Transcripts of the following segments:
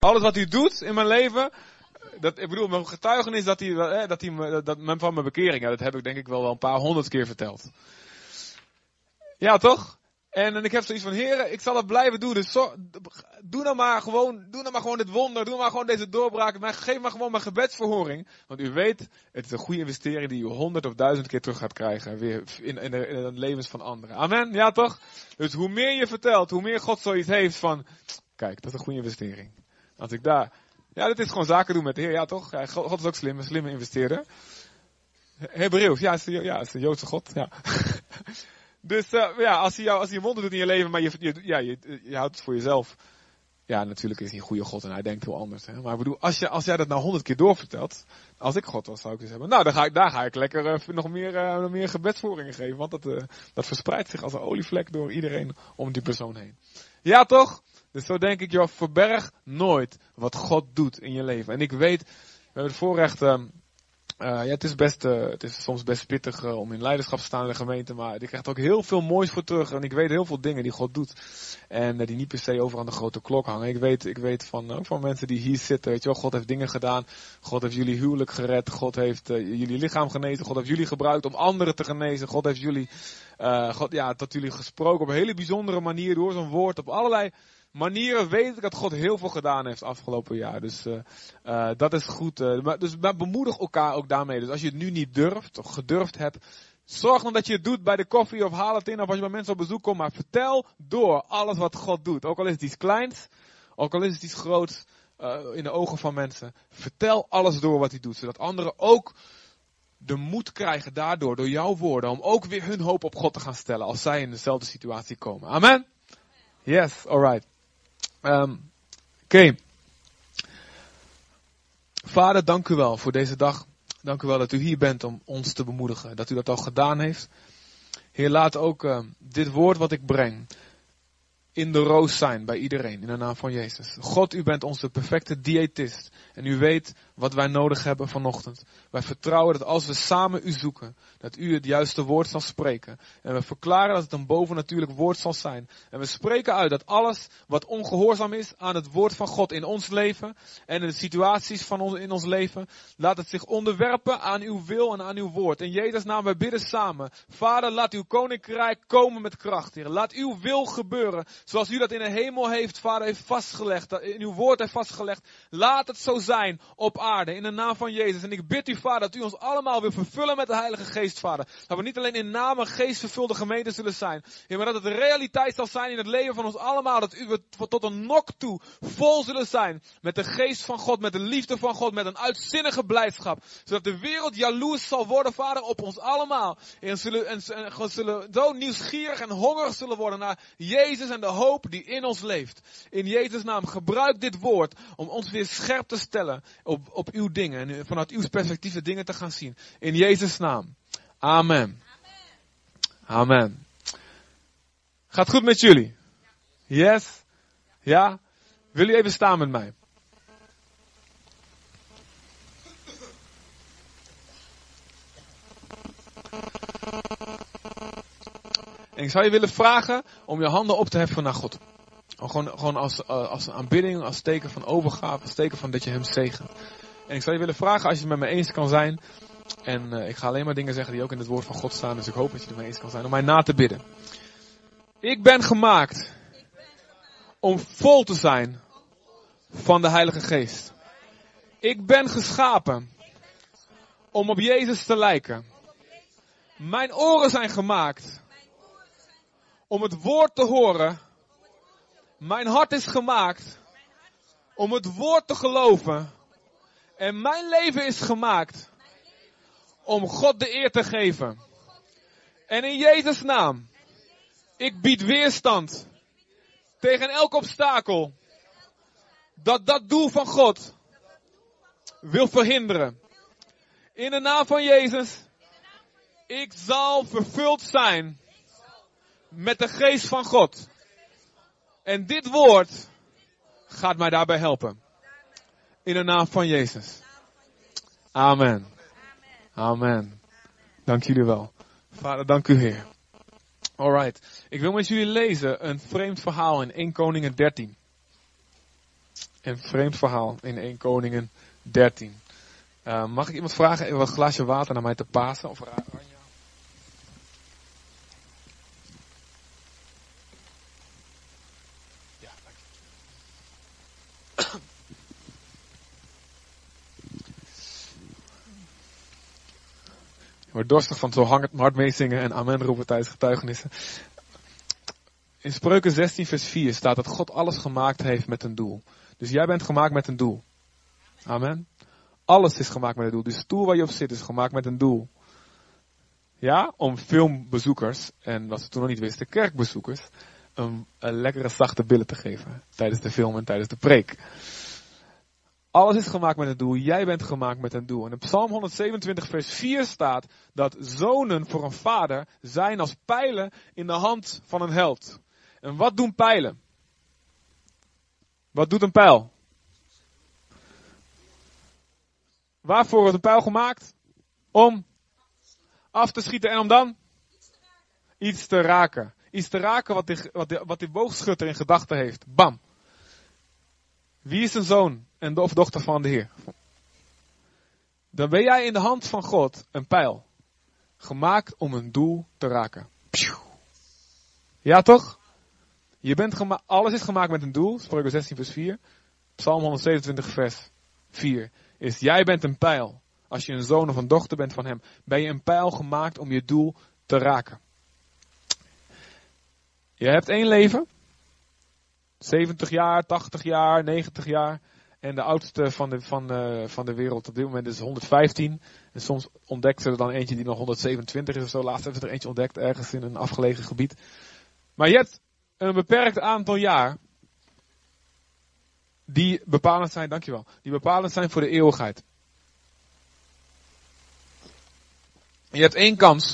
Alles wat hij doet in mijn leven, ik bedoel, mijn getuigenis dat van mijn bekering, dat heb ik denk ik wel een paar 100 keer verteld. Ja, toch? En ik heb zoiets van, Heere, ik zal het blijven doen. Dus doe nou maar gewoon dit wonder. Doe maar gewoon deze doorbraak. Maar geef maar gewoon mijn gebedsverhoring. Want u weet, het is een goede investering die u 100 of 1000 keer terug gaat krijgen. Weer in de levens van anderen. Amen? Ja, toch? Dus hoe meer je vertelt, hoe meer God zoiets heeft van, kijk, dat is een goede investering. Als ik daar, ja, dit is gewoon zaken doen met de Heer. Ja, toch? Ja, God is ook slim, een slimme investeerder. Hebreeuws, ja, het is een Joodse God, ja. Dus als je wonder doet in je leven, maar je houdt het voor jezelf. Ja, natuurlijk is hij een goede God en hij denkt heel anders. Hè? Maar ik bedoel, als jij dat nou 100 keer doorvertelt, als ik God was, zou ik dus hebben. Nou, daar ga ik lekker nog meer gebedsvoeringen geven. Want dat verspreidt zich als een olievlek door iedereen om die persoon heen. Ja, toch? Dus zo denk ik, joh, verberg nooit wat God doet in je leven. En ik weet, we hebben het voorrecht. Het is soms best pittig om in leiderschap te staan in de gemeente, maar ik krijg er ook heel veel moois voor terug. En ik weet heel veel dingen die God doet. En die niet per se over aan de grote klok hangen. Ik weet van mensen die hier zitten, weet je wel, God heeft dingen gedaan. God heeft jullie huwelijk gered. God heeft jullie lichaam genezen. God heeft jullie gebruikt om anderen te genezen. God heeft jullie, tot jullie gesproken op een hele bijzondere manier door zo'n woord. Op allerlei manieren weet ik dat God heel veel gedaan heeft afgelopen jaar. Dus dat is goed. Maar bemoedig elkaar ook daarmee. Dus als je het nu niet durft of gedurfd hebt, zorg dan dat je het doet bij de koffie of haal het in of als je bij mensen op bezoek komt. Maar vertel door alles wat God doet. Ook al is het iets kleins, ook al is het iets groots in de ogen van mensen. Vertel alles door wat hij doet. Zodat anderen ook de moed krijgen daardoor, door jouw woorden, om ook weer hun hoop op God te gaan stellen als zij in dezelfde situatie komen. Amen? Yes, alright. Oké. Vader, dank u wel voor deze dag. Dank u wel dat u hier bent om ons te bemoedigen. Dat u dat al gedaan heeft. Heer, laat ook dit woord wat ik breng in de roos zijn bij iedereen. In de naam van Jezus. God, u bent onze perfecte diëtist. En u weet wat wij nodig hebben vanochtend. Wij vertrouwen dat als we samen u zoeken, dat u het juiste woord zal spreken. En we verklaren dat het een bovennatuurlijk woord zal zijn. En we spreken uit dat alles wat ongehoorzaam is aan het woord van God in ons leven en in de situaties in ons leven, laat het zich onderwerpen aan uw wil en aan uw woord. In Jezus' naam, wij bidden samen. Vader, laat uw koninkrijk komen met kracht, Heer. Laat uw wil gebeuren, zoals u dat in de hemel heeft, Vader, heeft vastgelegd, in uw woord heeft vastgelegd. Laat het zo zijn op aarde, in de naam van Jezus. En ik bid u, Vader, dat u ons allemaal wil vervullen met de Heilige Geest, Vader. Dat we niet alleen in naam een geestvervulde gemeente zullen zijn, Heer, maar dat het de realiteit zal zijn in het leven van ons allemaal. Dat we tot een nok toe vol zullen zijn met de geest van God, met de liefde van God, met een uitzinnige blijdschap. Zodat de wereld jaloers zal worden, Vader, op ons allemaal. En zullen zo nieuwsgierig en hongerig zullen worden naar Jezus en de hoop die in ons leeft. In Jezus' naam, gebruik dit woord om ons weer scherp te stellen op uw dingen. En vanuit uw perspectief de dingen te gaan zien. In Jezus' naam. Amen. Amen. Gaat goed met jullie? Yes? Ja? Wil je even staan met mij? En ik zou je willen vragen om je handen op te heffen naar God. Gewoon als een aanbidding, als teken van overgave, als teken van dat je hem zegent. En ik zou je willen vragen als je het met me eens kan zijn. En ik ga alleen maar dingen zeggen die ook in het woord van God staan. Dus ik hoop dat je het mee eens kan zijn om mij na te bidden. Ik ben gemaakt om vol te zijn van de Heilige Geest. Ik ben geschapen om op Jezus te lijken. Mijn oren zijn gemaakt om het woord te horen. Mijn hart is gemaakt om het woord te geloven. En mijn leven is gemaakt om God de eer te geven. En in Jezus' naam, ik bied weerstand tegen elk obstakel dat doel van God wil verhinderen. In de naam van Jezus, ik zal vervuld zijn met de geest van God. En dit woord gaat mij daarbij helpen. In de naam van Jezus. Amen. Amen. Dank jullie wel. Vader, dank u Heer. Alright. Ik wil met jullie lezen een vreemd verhaal in 1 Koningen 13. Een vreemd verhaal in 1 Koningen 13. Mag ik iemand vragen even wat glaasje water naar mij te pasen? Of Ranja? Ja, dank je. Ik word dorstig van zo hard meezingen en amen roepen tijdens getuigenissen. In Spreuken 16 vers 4 staat dat God alles gemaakt heeft met een doel. Dus jij bent gemaakt met een doel. Amen. Alles is gemaakt met een doel. De stoel waar je op zit is gemaakt met een doel. Ja, om filmbezoekers, en wat ze toen nog niet wisten, kerkbezoekers, een lekkere zachte billen te geven. Tijdens de film en tijdens de preek. Alles is gemaakt met een doel. Jij bent gemaakt met een doel. En in Psalm 127 vers 4 staat dat zonen voor een vader zijn als pijlen in de hand van een held. En wat doen pijlen? Wat doet een pijl? Waarvoor wordt een pijl gemaakt? Om af te schieten en om dan? Iets te raken. Iets te raken wat die boogschutter in gedachten heeft. Bam. Wie is een zoon of dochter van de Heer? Dan ben jij in de hand van God een pijl. Gemaakt om een doel te raken. Ja toch? Alles is gemaakt met een doel. Spreuken 16 vers 4. Psalm 127 vers 4. Is jij bent een pijl. Als je een zoon of een dochter bent van hem. Ben je een pijl gemaakt om je doel te raken. Je hebt 1 leven. 70 jaar, 80 jaar, 90 jaar. En de oudste van de wereld op dit moment is 115. En soms ontdekt ze er dan eentje die nog 127 is of zo. Laatst hebben ze er eentje ontdekt ergens in een afgelegen gebied. Maar je hebt een beperkt aantal jaar. Die bepalend zijn, dankjewel. Die bepalend zijn voor de eeuwigheid. Je hebt 1 kans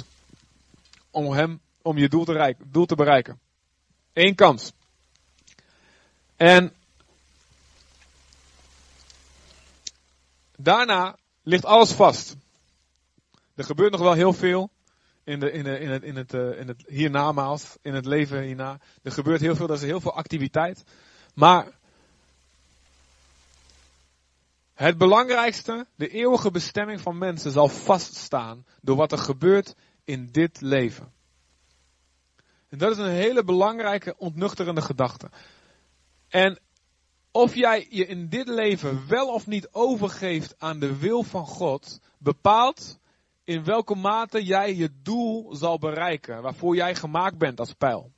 om je doel te bereiken. 1 kans. En daarna ligt alles vast. Er gebeurt nog wel heel veel in het hiernamaals, in het leven hierna. Er gebeurt heel veel, er is heel veel activiteit. Maar het belangrijkste, de eeuwige bestemming van mensen zal vaststaan door wat er gebeurt in dit leven. En dat is een hele belangrijke, ontnuchterende gedachte. En of jij je in dit leven wel of niet overgeeft aan de wil van God, bepaalt in welke mate jij je doel zal bereiken, waarvoor jij gemaakt bent als pijl.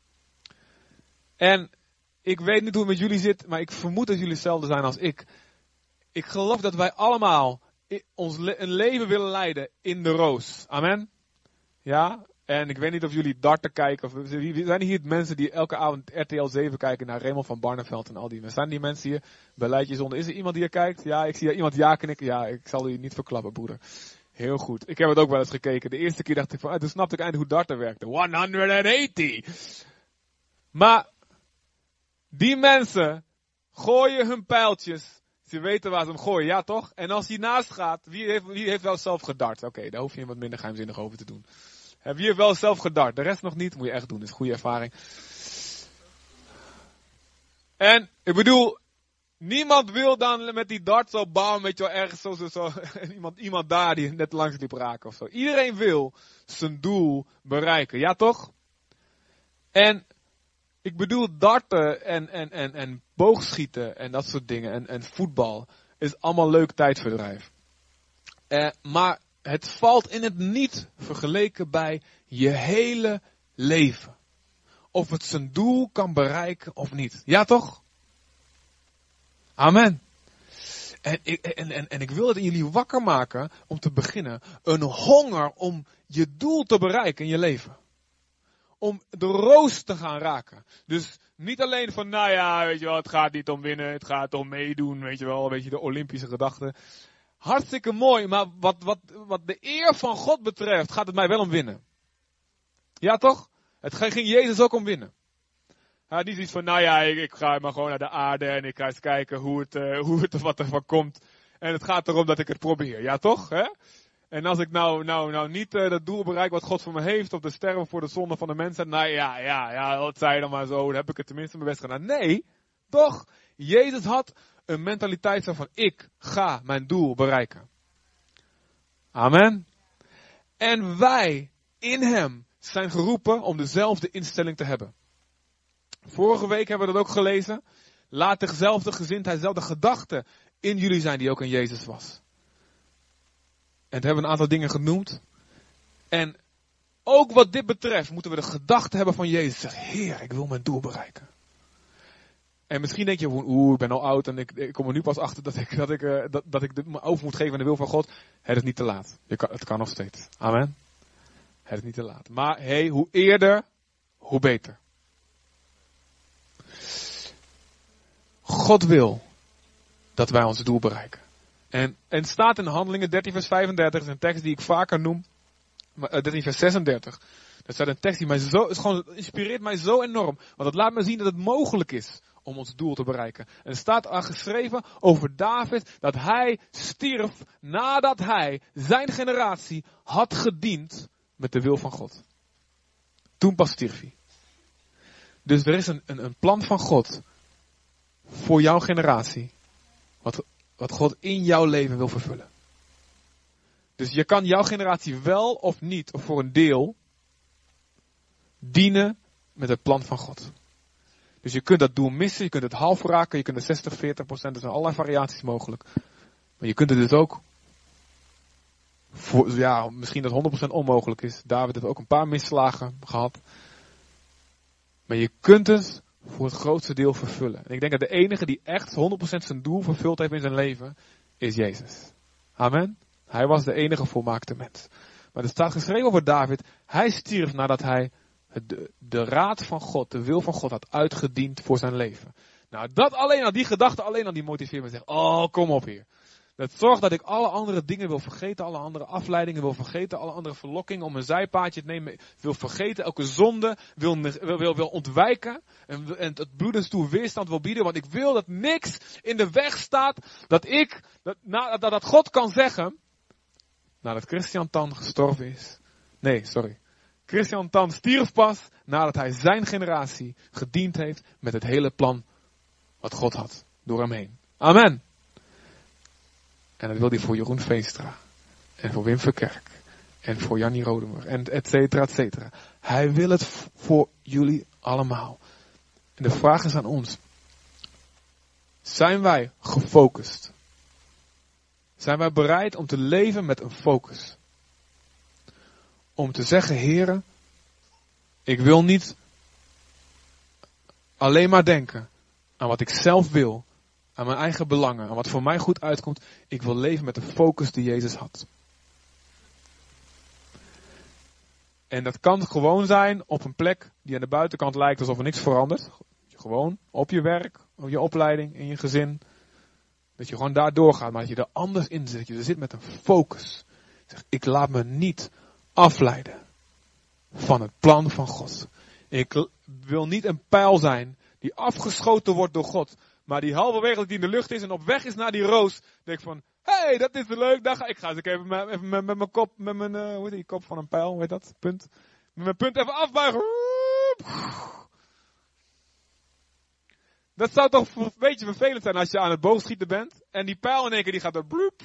En ik weet niet hoe het met jullie zit, maar ik vermoed dat jullie hetzelfde zijn als ik. Ik geloof dat wij allemaal een leven willen leiden in de roos. Amen? Ja? En ik weet niet of jullie darten kijken. Of zijn hier mensen die elke avond RTL 7 kijken naar Raymond van Barneveld en al die mensen? Zijn die mensen hier? Beleidje zonder. Is er iemand die er kijkt? Ja, ik zie iemand ja knikken. Ja, ik zal u niet verklappen, broeder. Heel goed. Ik heb het ook wel eens gekeken. De eerste keer dacht ik van, toen snapte ik eindelijk hoe darten werkte. 180! Maar die mensen gooien hun pijltjes. Ze weten waar ze hem gooien, ja toch? En als hij naast gaat, wie heeft wel zelf gedart? Oké, daar hoef je wat minder geheimzinnig over te doen. Wie heeft wel zelf gedart? De rest nog niet, moet je echt doen, dat is een goede ervaring. En, ik bedoel, niemand wil dan met die dart zo bam, weet je wel, ergens zo iemand daar die net langs liep raken of zo. Iedereen wil zijn doel bereiken, ja toch? En, ik bedoel, darten en boogschieten en dat soort dingen en voetbal is allemaal leuk tijdverdrijf. Maar het valt in het niet vergeleken bij je hele leven. Of het zijn doel kan bereiken of niet. Ja toch? Amen. En ik wil het in jullie wakker maken om te beginnen. Een honger om je doel te bereiken in je leven. Om de roos te gaan raken. Dus niet alleen van, nou ja, weet je wel, het gaat niet om winnen, het gaat om meedoen, weet je wel, een beetje de Olympische gedachte. Hartstikke mooi, maar wat de eer van God betreft, gaat het mij wel om winnen. Ja toch? Het ging Jezus ook om winnen. Hij had niet zoiets van, nou ja, ik ga maar gewoon naar de aarde en ik ga eens kijken wat er van komt. En het gaat erom dat ik het probeer, ja toch? Hè? En als ik nou niet dat doel bereik wat God voor me heeft, of de sterven voor de zonde van de mensen, nou ja, dat zei dan maar zo, dan heb ik het tenminste mijn best gedaan. Nee, toch? Jezus had een mentaliteit van ik ga mijn doel bereiken. Amen. En wij in hem zijn geroepen om dezelfde instelling te hebben. Vorige week hebben we dat ook gelezen. Laat dezelfde gezindheid, dezelfde gedachten in jullie zijn die ook in Jezus was. En toen hebben we een aantal dingen genoemd. En ook wat dit betreft moeten we de gedachte hebben van Jezus. Zeg, Heer, ik wil mijn doel bereiken. En misschien denk je, ik ben al oud en ik kom er nu pas achter dat ik me over moet geven aan de wil van God. Het is niet te laat. Het kan nog steeds. Amen. Het is niet te laat. Maar hoe eerder, hoe beter. God wil dat wij ons doel bereiken. En het staat in Handelingen 13 vers 35, is een tekst die ik vaker noem. 13 vers 36. Dat is een tekst die mij inspireert mij zo enorm. Want het laat me zien dat het mogelijk is om ons doel te bereiken. En er staat al geschreven over David dat hij stierf nadat hij zijn generatie had gediend met de wil van God. Toen pas stierf hij. Dus er is een plan van God voor jouw generatie. Wat God in jouw leven wil vervullen. Dus je kan jouw generatie wel of niet, of voor een deel, dienen met het plan van God. Dus je kunt dat doel missen, je kunt het half raken, je kunt het 60, 40%, er zijn allerlei variaties mogelijk. Maar je kunt het dus ook, misschien dat 100% onmogelijk is. David heeft ook een paar misslagen gehad. Maar je kunt het voor het grootste deel vervullen. En ik denk dat de enige die echt 100% zijn doel vervuld heeft in zijn leven, is Jezus. Amen. Hij was de enige volmaakte mens. Maar er staat geschreven over David, hij stierf nadat hij de raad van God, de wil van God had uitgediend voor zijn leven. Nou, dat alleen al, die gedachte alleen al, die motiveert me te zeggen, oh, kom op hier. Dat zorgt dat ik alle andere dingen wil vergeten, alle andere afleidingen wil vergeten, alle andere verlokkingen om een zijpaadje te nemen, wil vergeten, elke zonde wil ontwijken en het bloedens toe weerstand wil bieden, want ik wil dat niks in de weg staat, dat God kan zeggen, nadat Christian Tan gestorven is. Nee, sorry. Christian Tan stierf pas nadat hij zijn generatie gediend heeft met het hele plan wat God had door hem heen. Amen. En dat wil hij voor Jeroen Veenstra. En voor Wim Verkerk. En voor Jannie Rodemer. En et cetera, et cetera. Hij wil het voor jullie allemaal. En de vraag is aan ons. Zijn wij gefocust? Zijn wij bereid om te leven met een focus? Om te zeggen, Heere, ik wil niet alleen maar denken aan wat ik zelf wil, aan mijn eigen belangen, aan wat voor mij goed uitkomt. Ik wil leven met de focus die Jezus had. En dat kan gewoon zijn op een plek die aan de buitenkant lijkt alsof er niks verandert. Gewoon op je werk, op je opleiding, in je gezin. Dat je gewoon daar doorgaat, maar dat je er anders in zit. Dat je er zit met een focus. Zeg, ik laat me niet afleiden van het plan van God. Ik wil niet een pijl zijn die afgeschoten wordt door God. Maar die halverwege dat die in de lucht is en op weg is naar die roos. Denk van, hey, dat is leuk. Ik ga eens even met mijn kop, met mijn, hoe heet die kop van een pijl, hoe heet dat? Punt. Met mijn punt even afbuigen. Dat zou toch een beetje vervelend zijn als je aan het boogschieten bent. En die pijl in één keer die gaat er bloep.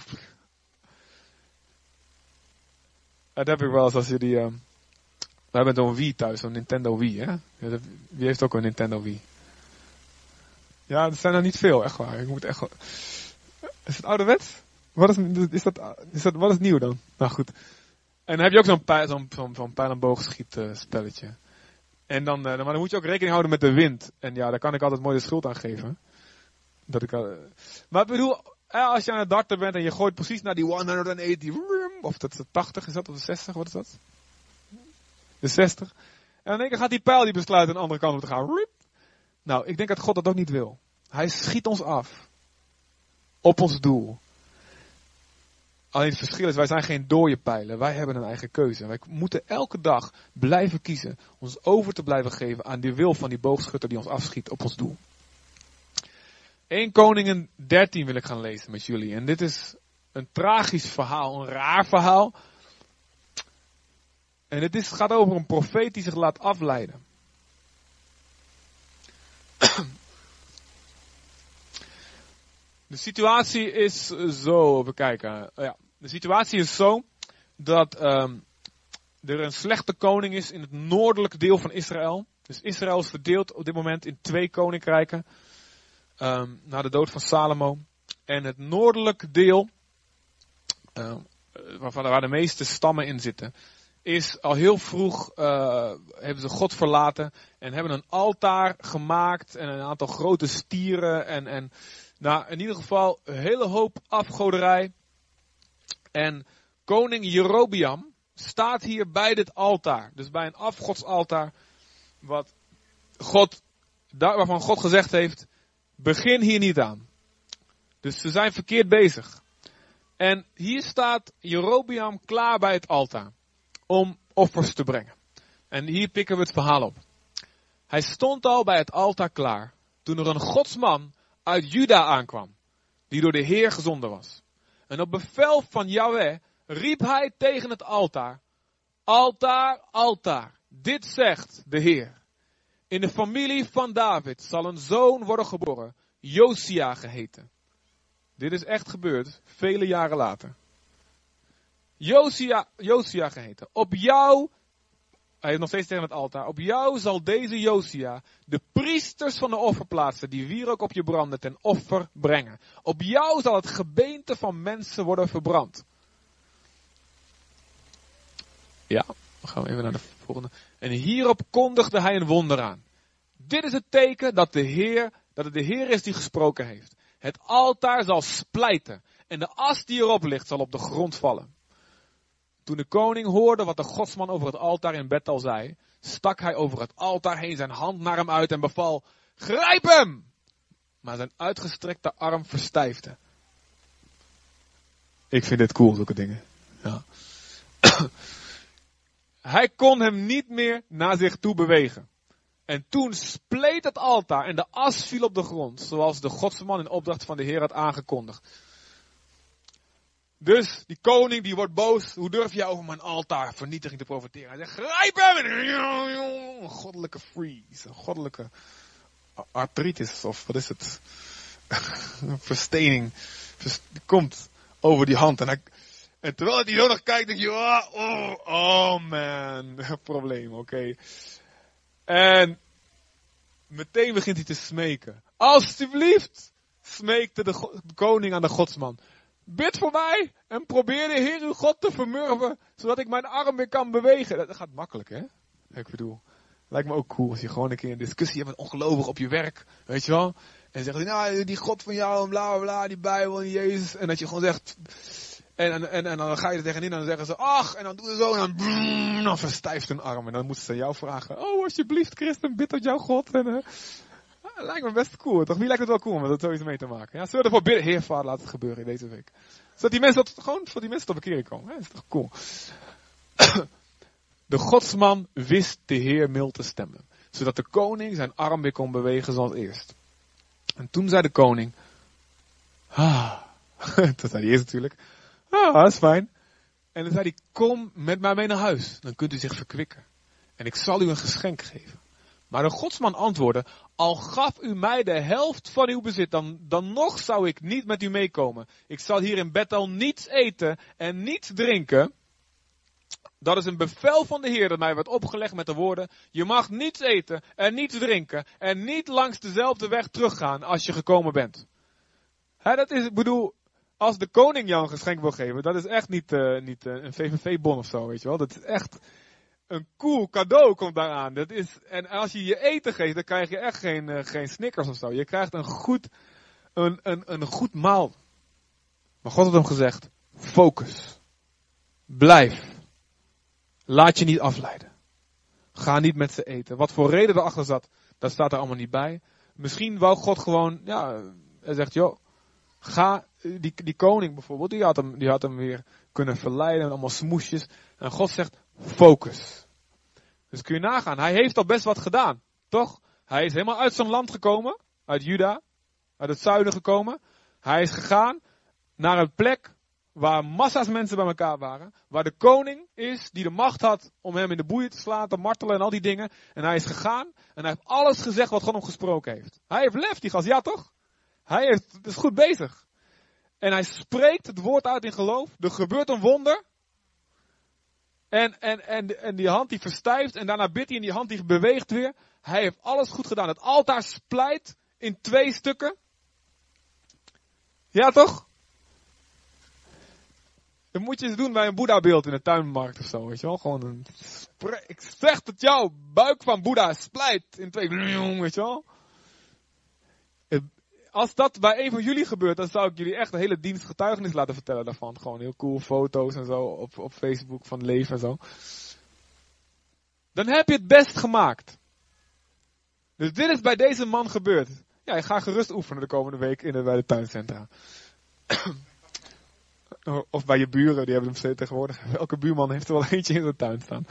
Dat heb ik wel eens als je die... We hebben zo'n Wii thuis, zo'n Nintendo Wii, hè? Wie heeft ook een Nintendo Wii? Ja, er zijn er niet veel, echt waar. Ik moet echt... Is het ouderwets? Wat is nieuw dan? Nou goed. En dan heb je ook zo'n pijl- en boogschietspelletje. En maar dan moet je ook rekening houden met de wind. En ja, daar kan ik altijd mooi de schuld aan geven. Maar ik bedoel, als je aan het darten bent en je gooit precies naar die 180, of dat is de 80, is dat, of de 60, wat is dat? De 60. En in één keer gaat die pijl die besluit aan de andere kant op te gaan. Nou, ik denk dat God dat ook niet wil. Hij schiet ons af. Op ons doel. Alleen het verschil is, wij zijn geen dode pijlen. Wij hebben een eigen keuze. Wij moeten elke dag blijven kiezen. Ons over te blijven geven aan die wil van die boogschutter die ons afschiet op ons doel. 1 Koningen 13 wil ik gaan lezen met jullie. En dit is een tragisch verhaal, een raar verhaal. En het gaat over een profeet die zich laat afleiden. De situatie is zo, even kijken. Ja, de situatie is zo dat er een slechte koning is in het noordelijke deel van Israël. Dus Israël is verdeeld op dit moment in 2 koninkrijken. Na de dood van Salomo. En het noordelijke deel, waar de meeste stammen in zitten, is al heel vroeg, hebben ze God verlaten. En hebben een altaar gemaakt en een aantal grote stieren. En nou, in ieder geval een hele hoop afgoderij. En koning Jerobeam staat hier bij dit altaar. Dus bij een afgodsaltaar. Waarvan God gezegd heeft, begin hier niet aan. Dus ze zijn verkeerd bezig. En hier staat Jerobeam klaar bij het altaar. Om offers te brengen. En hier pikken we het verhaal op. Hij stond al bij het altaar klaar. Toen er een godsman uit Juda aankwam. Die door de Heer gezonden was. En op bevel van Yahweh riep hij tegen het altaar. Altaar, altaar. Dit zegt de Heer. In de familie van David zal een zoon worden geboren. Josia geheten. Dit is echt gebeurd, vele jaren later. Josia geheten. Op jou, hij is nog steeds tegen het altaar. Op jou zal deze Josia de priesters van de offerplaatsen die wierook op je branden ten offer brengen. Op jou zal het gebeente van mensen worden verbrand. Ja, dan gaan we even naar de volgende. En hierop kondigde hij een wonder aan. Dit is het teken dat het de Heer is die gesproken heeft. Het altaar zal splijten en de as die erop ligt zal op de grond vallen. Toen de koning hoorde wat de godsman over het altaar in Bethel zei, stak hij over het altaar heen zijn hand naar hem uit en beval, grijp hem! Maar zijn uitgestrekte arm verstijfde. Ik vind dit cool, zulke dingen. Ja. Hij kon hem niet meer naar zich toe bewegen. En toen spleet het altaar en de as viel op de grond, zoals de godsman in opdracht van de Heer had aangekondigd. Dus die koning die wordt boos. Hoe durf jij over mijn altaar vernietiging te profiteren? Hij zegt, grijp hem! Een goddelijke freeze, een goddelijke artritis of wat is het? Een verstening. Die komt over die hand. En terwijl hij zo nog kijkt, denk je, oh man, probleem, oké. En meteen begint hij te smeken. Alsjeblieft, smeekte de koning aan de godsman. Bid voor mij en probeer de Heer uw God te vermurven, zodat ik mijn arm weer kan bewegen. Dat gaat makkelijk, hè? Ik bedoel, lijkt me ook cool als je gewoon een keer een discussie hebt met ongelovigen op je werk, weet je wel? En zegt hij, nou, die God van jou en bla bla bla, die Bijbel en Jezus. En dat je gewoon zegt, en dan ga je er tegenin en dan zeggen ze, ach, en dan doen ze zo en dan verstijft een arm. En dan moeten ze jou vragen, oh alsjeblieft Christen, bid tot jouw God. En lijkt me best cool, toch? Wie lijkt het wel cool om dat zoiets mee te maken? Ja, zullen we ervoor bidden? Heer, Vader, laat het gebeuren in deze week. Zodat die mensen voor die mensen tot bekering komen. Dat is toch cool. De godsman wist de Heer mild te stemmen. Zodat de koning zijn arm weer kon bewegen zoals eerst. En toen zei de koning. Dat zei hij eerst natuurlijk. Dat is fijn. En dan zei hij, kom met mij mee naar huis. Dan kunt u zich verkwikken. En ik zal u een geschenk geven. Maar de godsman antwoordde, al gaf u mij de helft van uw bezit, dan nog zou ik niet met u meekomen. Ik zal hier in Bethel niets eten en niets drinken. Dat is een bevel van de Heer dat mij werd opgelegd met de woorden, je mag niets eten en niets drinken en niet langs dezelfde weg teruggaan als je gekomen bent. Dat is, ik bedoel, als de koning jou een geschenk wil geven, dat is echt niet een VVV-bon of zo, weet je wel. Dat is echt een cool cadeau komt daaraan. En als je je eten geeft, dan krijg je echt geen Snickers of zo. Je krijgt een goed maal. Maar God had hem gezegd, focus. Blijf. Laat je niet afleiden. Ga niet met ze eten. Wat voor reden erachter zat, dat staat er allemaal niet bij. Misschien wou God gewoon, hij zegt, joh, ga, die koning bijvoorbeeld, die had hem weer kunnen verleiden met allemaal smoesjes. En God zegt, focus. Dus kun je nagaan, hij heeft al best wat gedaan, toch? Hij is helemaal uit zijn land gekomen, uit Juda, uit het zuiden gekomen. Hij is gegaan naar een plek waar massa's mensen bij elkaar waren. Waar de koning is die de macht had om hem in de boeien te slaan, te martelen en al die dingen. En hij is gegaan en hij heeft alles gezegd wat God hem gesproken heeft. Hij heeft lef, die gast, ja toch? Hij is goed bezig. En hij spreekt het woord uit in geloof. Er gebeurt een wonder. En die hand die verstijft. En daarna bidt hij en die hand die beweegt weer. Hij heeft alles goed gedaan. Het altaar splijt in 2 stukken. Ja toch? Dat moet je eens doen bij een Boeddha-beeld in de tuinmarkt of zo. Weet je wel? Gewoon ik zeg dat jouw buik van Boeddha splijt in 2. Weet je wel? Als dat bij een van jullie gebeurt, dan zou ik jullie echt een hele dienst getuigenis laten vertellen daarvan. Gewoon heel cool foto's en zo op Facebook van leven en zo. Dan heb je het best gemaakt. Dus dit is bij deze man gebeurd. Ja, ik ga gerust oefenen de komende week bij de tuincentra. Of bij je buren, die hebben hem tegenwoordig. Welke buurman heeft er wel eentje in de tuin staan?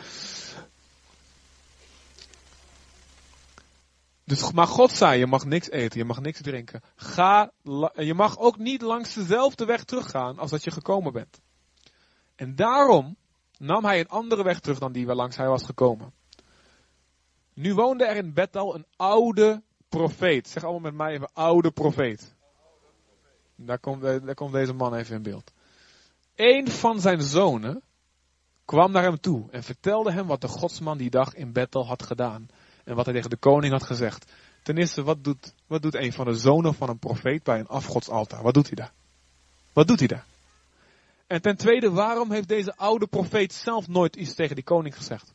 Dus, maar God zei, je mag niks eten, je mag niks drinken. Je mag ook niet langs dezelfde weg teruggaan als dat je gekomen bent. En daarom nam hij een andere weg terug dan die waar langs hij was gekomen. Nu woonde er in Bethel een oude profeet. Zeg allemaal met mij even, oude profeet. Daar komt deze man even in beeld. Eén van zijn zonen kwam naar hem toe en vertelde hem wat de godsman die dag in Bethel had gedaan. En wat hij tegen de koning had gezegd. Ten eerste, wat doet een van de zonen van een profeet bij een afgodsaltaar? Wat doet hij daar? Wat doet hij daar? En ten tweede, waarom heeft deze oude profeet zelf nooit iets tegen die koning gezegd?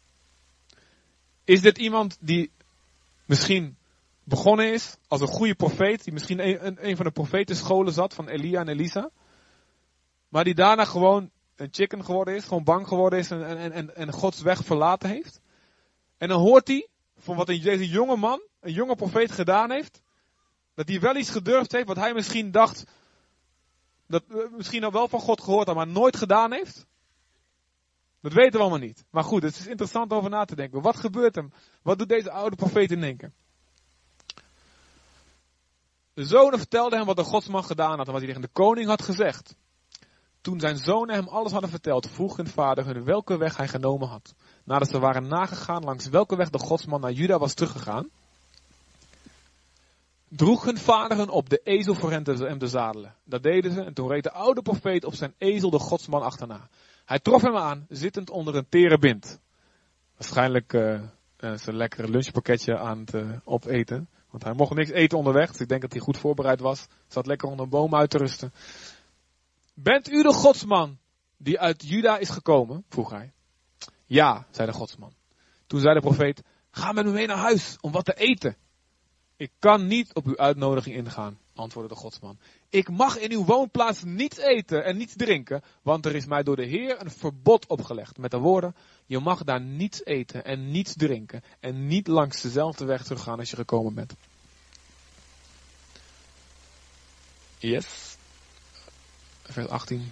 Is dit iemand die misschien begonnen is als een goede profeet, die misschien een van de profetenscholen zat van Elia en Elisa, maar die daarna gewoon een chicken geworden is, gewoon bang geworden is en Gods weg verlaten heeft? En dan hoort hij van wat deze jonge man, een jonge profeet gedaan heeft, dat hij wel iets gedurfd heeft wat hij misschien dacht, dat misschien al wel van God gehoord had, maar nooit gedaan heeft. Dat weten we allemaal niet. Maar goed, het is interessant over na te denken. Wat gebeurt hem? Wat doet deze oude profeet in denken? De zonen vertelden hem wat de godsman gedaan had en wat hij tegen de koning had gezegd. Toen zijn zonen hem alles hadden verteld, vroeg hun vader hun welke weg hij genomen had. Nadat ze waren nagegaan langs welke weg de godsman naar Juda was teruggegaan, droeg hun vader hun op de ezel voor hem te zadelen. Dat deden ze en toen reed de oude profeet op zijn ezel de godsman achterna. Hij trof hem aan, zittend onder een tere bind. Waarschijnlijk zijn lekkere lunchpakketje aan het opeten. Want hij mocht niks eten onderweg, dus ik denk dat hij goed voorbereid was. Zat lekker onder een boom uit te rusten. Bent u de godsman die uit Juda is gekomen? Vroeg hij. Ja, zei de godsman. Toen zei de profeet, ga met me mee naar huis om wat te eten. Ik kan niet op uw uitnodiging ingaan, antwoordde de godsman. Ik mag in uw woonplaats niets eten en niets drinken, want er is mij door de Heer een verbod opgelegd. Met de woorden, je mag daar niets eten en niets drinken en niet langs dezelfde weg teruggaan als je gekomen bent. Yes. Vers 18.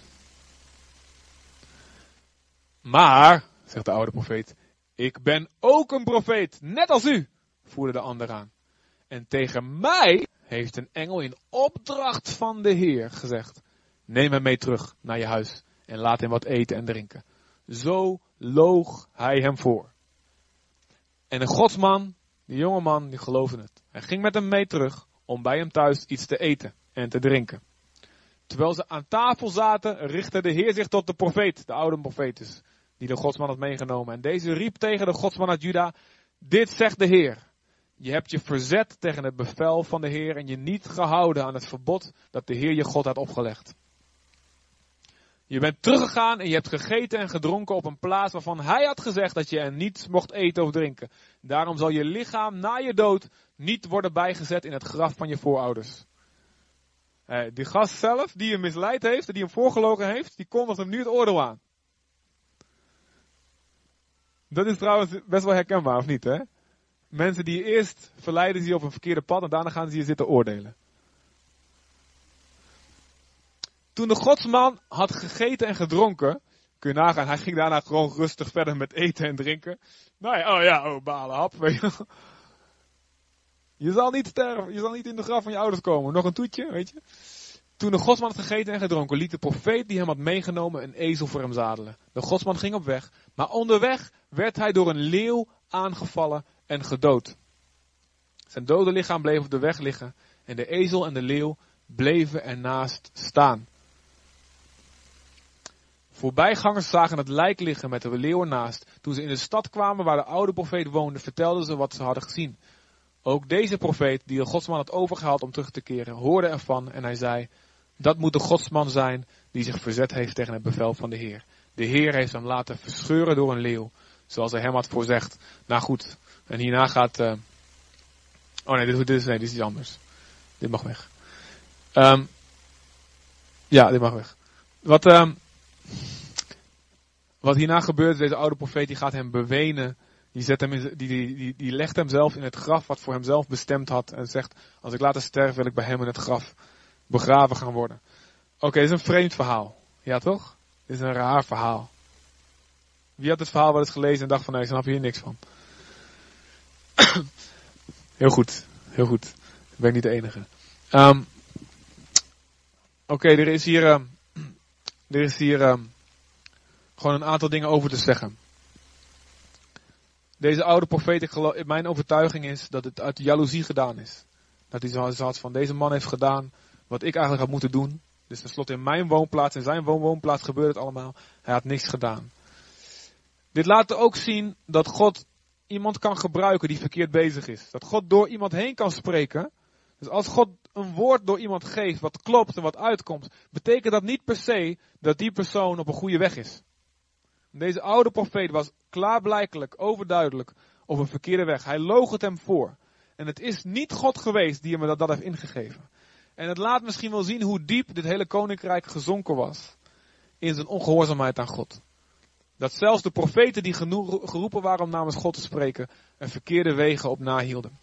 Maar, zegt de oude profeet, ik ben ook een profeet, net als u, voerde de ander aan. En tegen mij heeft een engel in opdracht van de Heer gezegd, neem hem mee terug naar je huis en laat hem wat eten en drinken. Zo loog hij hem voor. En de godsman, die jonge man, die geloofde het. Hij ging met hem mee terug om bij hem thuis iets te eten en te drinken. Terwijl ze aan tafel zaten, richtte de Heer zich tot de profeet, de oude profeet dus, die de godsman had meegenomen. En deze riep tegen de godsman uit Juda, dit zegt de Heer. Je hebt je verzet tegen het bevel van de Heer en je niet gehouden aan het verbod dat de Heer je God had opgelegd. Je bent teruggegaan en je hebt gegeten en gedronken op een plaats waarvan hij had gezegd dat je er niet mocht eten of drinken. Daarom zal je lichaam na je dood niet worden bijgezet in het graf van je voorouders. Die gast zelf, die hem misleid heeft, die hem voorgelogen heeft, die kondigt hem nu het oordeel aan. Dat is trouwens best wel herkenbaar, of niet, hè? Mensen die eerst verleiden ze je op een verkeerde pad en daarna gaan ze je zitten oordelen. Toen de godsman had gegeten en gedronken, kun je nagaan, hij ging daarna gewoon rustig verder met eten en drinken. Nou ja, balen hap, weet je. Je zal niet sterven, je zal niet in de graf van je ouders komen. Nog een toetje, weet je. Toen de godsman had gegeten en gedronken, liet de profeet die hem had meegenomen een ezel voor hem zadelen. De godsman ging op weg, maar onderweg werd hij door een leeuw aangevallen en gedood. Zijn dode lichaam bleef op de weg liggen En de ezel en de leeuw bleven ernaast staan. Voorbijgangers zagen het lijk liggen met de leeuw ernaast. Toen ze in de stad kwamen waar de oude profeet woonde, vertelden ze wat ze hadden gezien. Ook deze profeet, die de godsman had overgehaald om terug te keren, hoorde ervan en hij zei: dat moet de godsman zijn die zich verzet heeft tegen het bevel van de Heer. De Heer heeft hem laten verscheuren door een leeuw, zoals hij hem had voorzegd. Nou goed, en hierna gaat... Oh nee, dit is iets anders. Dit mag weg. Ja, dit mag weg. Wat hierna gebeurt, deze oude profeet die gaat hem bewenen. Die legt hem zelf in het graf wat voor hemzelf bestemd had. En zegt, als ik later sterf wil ik bij hem in het graf begraven gaan worden. Oké, dit is een vreemd verhaal. Ja toch? Dit is een raar verhaal. Wie had het verhaal wel eens gelezen en dacht van nee, ik snap hier niks van. Heel goed, heel goed. Ik ben niet de enige. Oké, er is hier gewoon een aantal dingen over te zeggen. Deze oude profeet, mijn overtuiging is dat het uit jaloezie gedaan is. Dat hij zo had van deze man heeft gedaan wat ik eigenlijk had moeten doen. Dus tenslotte in mijn woonplaats, in zijn woonplaats gebeurde het allemaal. Hij had niks gedaan. Dit laat ook zien dat God iemand kan gebruiken die verkeerd bezig is. Dat God door iemand heen kan spreken. Dus als God een woord door iemand geeft wat klopt en wat uitkomt, betekent dat niet per se dat die persoon op een goede weg is. Deze oude profeet was klaarblijkelijk, overduidelijk op een verkeerde weg. Hij loog het hem voor. En het is niet God geweest die hem dat heeft ingegeven. En het laat misschien wel zien hoe diep dit hele koninkrijk gezonken was in zijn ongehoorzaamheid aan God. Dat zelfs de profeten die geroepen waren om namens God te spreken, een verkeerde wegen op nahielden.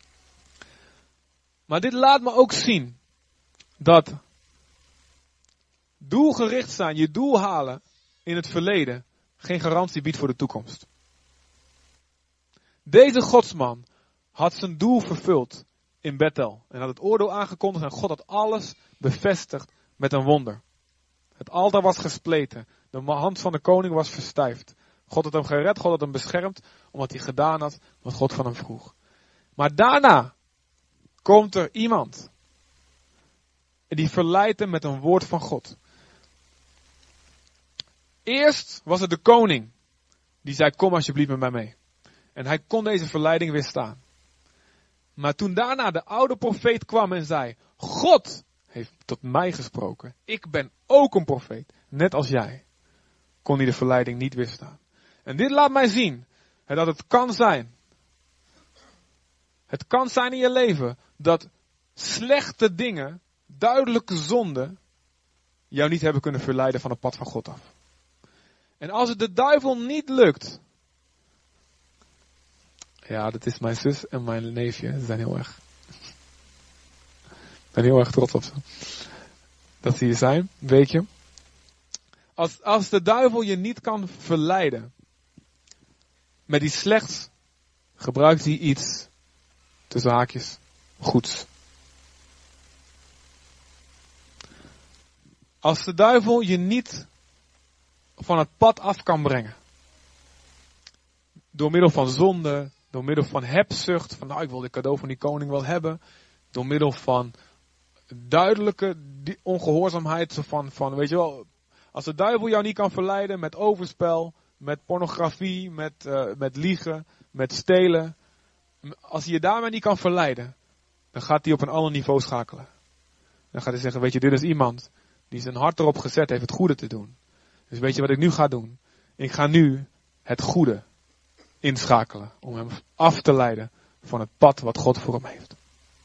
Maar dit laat me ook zien dat doelgericht zijn, je doel halen in het verleden, geen garantie biedt voor de toekomst. Deze godsman had zijn doel vervuld in Bethel. En had het oordeel aangekondigd en God had alles bevestigd met een wonder. Het altaar was gespleten. De hand van de koning was verstijfd. God had hem gered, God had hem beschermd, omdat hij gedaan had wat God van hem vroeg. Maar daarna komt er iemand. En die verleidt hem met een woord van God. Eerst was het de koning. Die zei, kom alsjeblieft met mij mee. En hij kon deze verleiding weerstaan. Maar toen daarna de oude profeet kwam en zei, God heeft tot mij gesproken. Ik ben ook een profeet, net als jij. Kon hij de verleiding niet weerstaan. En dit laat mij zien dat het kan zijn. Het kan zijn in je leven dat slechte dingen, duidelijke zonden, jou niet hebben kunnen verleiden van het pad van God af. En als het de duivel niet lukt. Ja, dat is mijn zus en mijn neefje. Ze zijn heel erg. Ik ben heel erg trots op ze. Dat ze hier zijn, weet je. Als de duivel je niet kan verleiden met iets slechts, gebruikt hij iets, tussen haakjes, goeds. Als de duivel je niet van het pad af kan brengen, door middel van zonde, door middel van hebzucht, van nou ik wil dit cadeau van die koning wel hebben, door middel van duidelijke ongehoorzaamheid, van weet je wel, als de duivel jou niet kan verleiden met overspel, met pornografie, met liegen, met stelen, als hij je daarmee niet kan verleiden, dan gaat hij op een ander niveau schakelen. Dan gaat hij zeggen, weet je, dit is iemand die zijn hart erop gezet heeft het goede te doen. Dus weet je wat ik nu ga doen? Ik ga nu het goede inschakelen om hem af te leiden van het pad wat God voor hem heeft.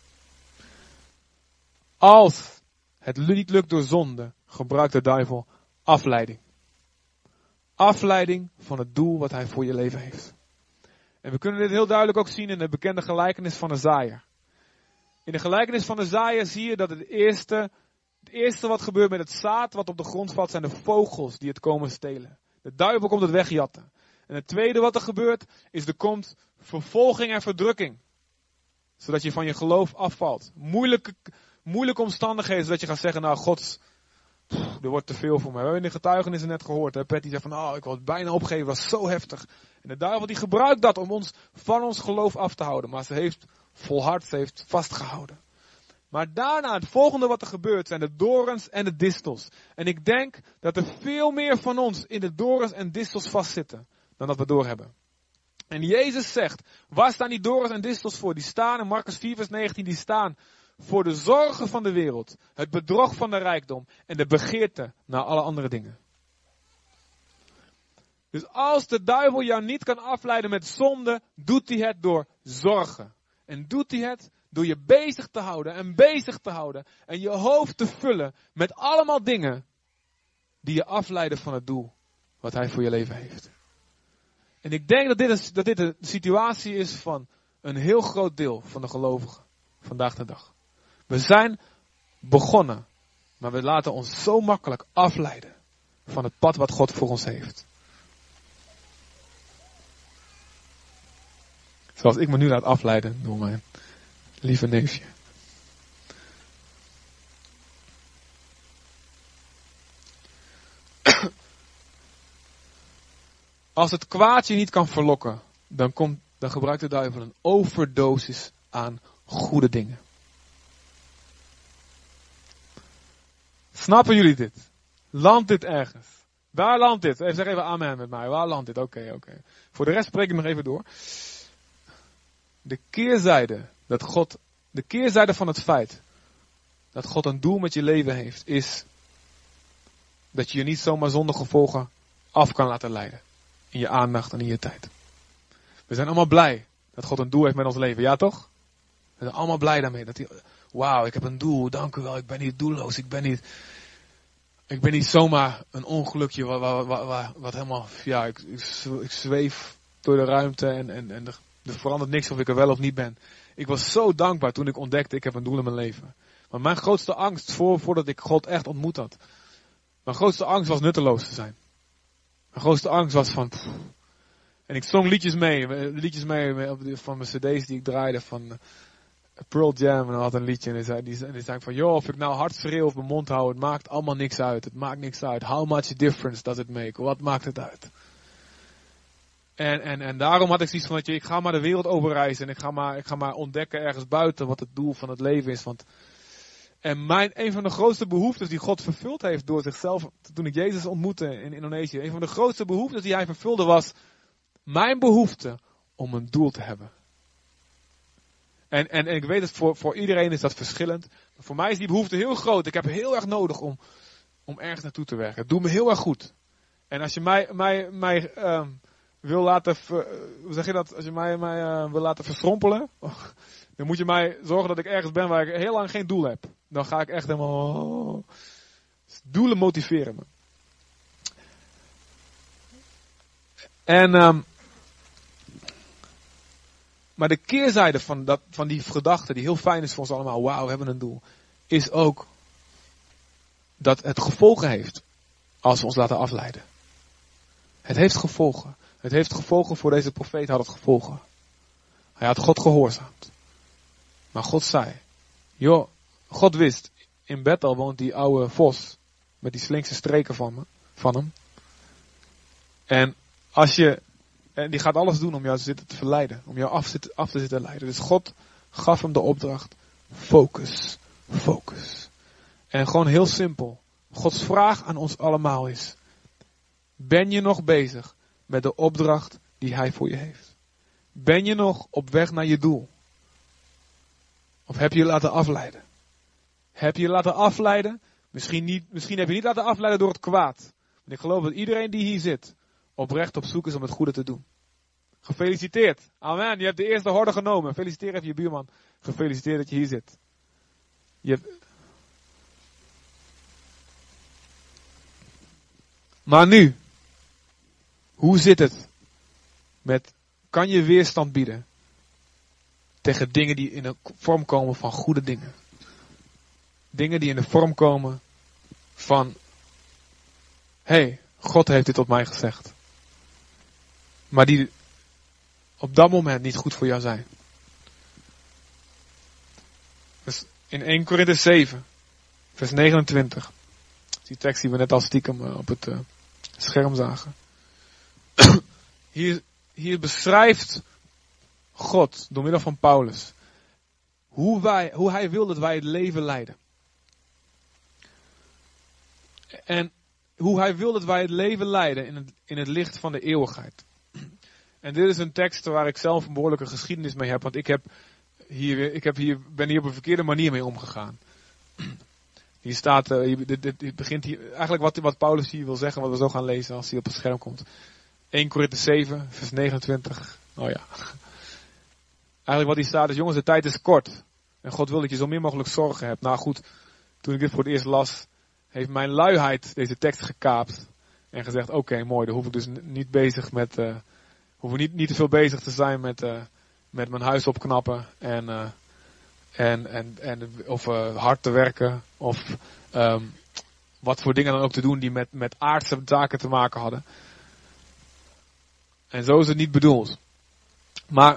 Als het niet lukt door zonde, gebruikt de duivel afleiding. Afleiding van het doel wat hij voor je leven heeft. En we kunnen dit heel duidelijk ook zien in de bekende gelijkenis van de zaaier. In de gelijkenis van de zaaier zie je dat het eerste wat gebeurt met het zaad wat op de grond valt zijn de vogels die het komen stelen. De duivel komt het wegjatten. En het tweede wat er gebeurt is er komt vervolging en verdrukking. Zodat je van je geloof afvalt. Moeilijke omstandigheden zodat je gaat zeggen, nou God, er wordt te veel voor mij. We hebben in de getuigenissen net gehoord. Hè? Patty zei van, ik wil het bijna opgeven, dat was zo heftig. En de duivel die gebruikt dat om ons van ons geloof af te houden. Maar ze heeft volhard, ze heeft vastgehouden. Maar daarna, het volgende wat er gebeurt, zijn de dorens en de distels. En ik denk dat er veel meer van ons in de dorens en distels vastzitten, dan dat we doorhebben. En Jezus zegt, waar staan die dorens en distels voor? Die staan in Marcus 4 vers 19, die staan voor de zorgen van de wereld, het bedrog van de rijkdom en de begeerte naar alle andere dingen. Dus als de duivel jou niet kan afleiden met zonde, doet hij het door zorgen. En doet hij het door je bezig te houden en bezig te houden en je hoofd te vullen met allemaal dingen die je afleiden van het doel wat hij voor je leven heeft. En ik denk dat dit een situatie is van een heel groot deel van de gelovigen vandaag de dag. We zijn begonnen, maar we laten ons zo makkelijk afleiden van het pad wat God voor ons heeft. Zoals ik me nu laat afleiden door mijn lieve neefje. Als het kwaad je niet kan verlokken, dan gebruikt de duivel een overdosis aan goede dingen. Snappen jullie dit? Landt dit ergens? Waar landt dit? Zeg even amen met mij. Waar landt dit? Oké. Voor de rest spreek ik nog even door. De keerzijde van het feit dat God een doel met je leven heeft, is dat je je niet zomaar zonder gevolgen af kan laten leiden. In je aandacht en in je tijd. We zijn allemaal blij dat God een doel heeft met ons leven. Ja toch? We zijn allemaal blij daarmee. Wauw, ik heb een doel. Dank u wel. Ik ben niet doelloos. Ik ben niet zomaar een ongelukje wat helemaal, ja, ik zweef door de ruimte en er verandert niks of ik er wel of niet ben. Ik was zo dankbaar toen ik ontdekte, ik heb een doel in mijn leven. Maar mijn grootste angst voordat ik God echt ontmoet had. Mijn grootste angst was nutteloos te zijn. Mijn grootste angst was van, en ik zong liedjes mee van mijn cd's die ik draaide van Pearl Jam. En dan had een liedje en die zei van, joh, of ik nou hard schreeuw of mijn mond hou, het maakt allemaal niks uit. Het maakt niks uit. How much difference does it make? Wat maakt het uit? En daarom had ik zoiets van, ik ga maar de wereld overreizen en ik ga maar ontdekken ergens buiten wat het doel van het leven is. Een van de grootste behoeftes die God vervuld heeft door zichzelf, toen ik Jezus ontmoette in Indonesië, een van de grootste behoeftes die hij vervulde was mijn behoefte om een doel te hebben. En ik weet het, voor iedereen is dat verschillend. Maar voor mij is die behoefte heel groot. Ik heb heel erg nodig om ergens naartoe te werken. Het doet me heel erg goed. En als je mij wil laten, hoe zeg je dat? Als je mij wil laten verschrompelen, dan moet je mij zorgen dat ik ergens ben waar ik heel lang geen doel heb. Dan ga ik echt helemaal, doelen motiveren me. Maar de keerzijde van die gedachte, die heel fijn is voor ons allemaal, wauw, we hebben een doel, is ook dat het gevolgen heeft als we ons laten afleiden. Het heeft gevolgen. Het heeft gevolgen voor deze profeet, had het gevolgen. Hij had God gehoorzaamd. Maar God zei, joh, God wist, in Bethel woont die oude vos met die slinkse streken van hem. En die gaat alles doen om jou te zitten te verleiden. Om jou af te zitten leiden. Dus God gaf hem de opdracht. Focus. En gewoon heel simpel. Gods vraag aan ons allemaal is. Ben je nog bezig met de opdracht die hij voor je heeft? Ben je nog op weg naar je doel? Of heb je je laten afleiden? Heb je je laten afleiden? Misschien heb je niet laten afleiden door het kwaad. Want ik geloof dat iedereen die hier zit oprecht op zoek is om het goede te doen. Gefeliciteerd. Amen. Je hebt de eerste horde genomen. Feliciteer even je buurman. Gefeliciteerd dat je hier zit. Maar nu. Hoe zit het kan je weerstand bieden tegen dingen die in de vorm komen van goede dingen? Dingen die in de vorm komen van, hey, God heeft dit tot mij gezegd. Maar die op dat moment niet goed voor jou zijn. Dus in 1 Korinthe 7, vers 29. Die tekst die we net al stiekem op het scherm zagen. Hier beschrijft God, door middel van Paulus, hoe hij wil dat wij het leven leiden. En hoe hij wil dat wij het leven leiden in het licht van de eeuwigheid. En dit is een tekst waar ik zelf een behoorlijke geschiedenis mee heb. Want ik ben hier op een verkeerde manier mee omgegaan. Hier staat, dit begint hier, eigenlijk wat Paulus hier wil zeggen, wat we zo gaan lezen als hij op het scherm komt. 1 Korinthe 7, vers 29. Oh ja. Eigenlijk wat hier staat is, jongens, de tijd is kort. En God wil dat je zo min mogelijk zorgen hebt. Nou goed, toen ik dit voor het eerst las, heeft mijn luiheid deze tekst gekaapt. En gezegd, oké, mooi, dan hoef ik dus niet bezig met, hoef ik niet te veel bezig te zijn met mijn huis opknappen. Of hard te werken. Of wat voor dingen dan ook te doen die met aardse zaken te maken hadden. En zo is het niet bedoeld. Maar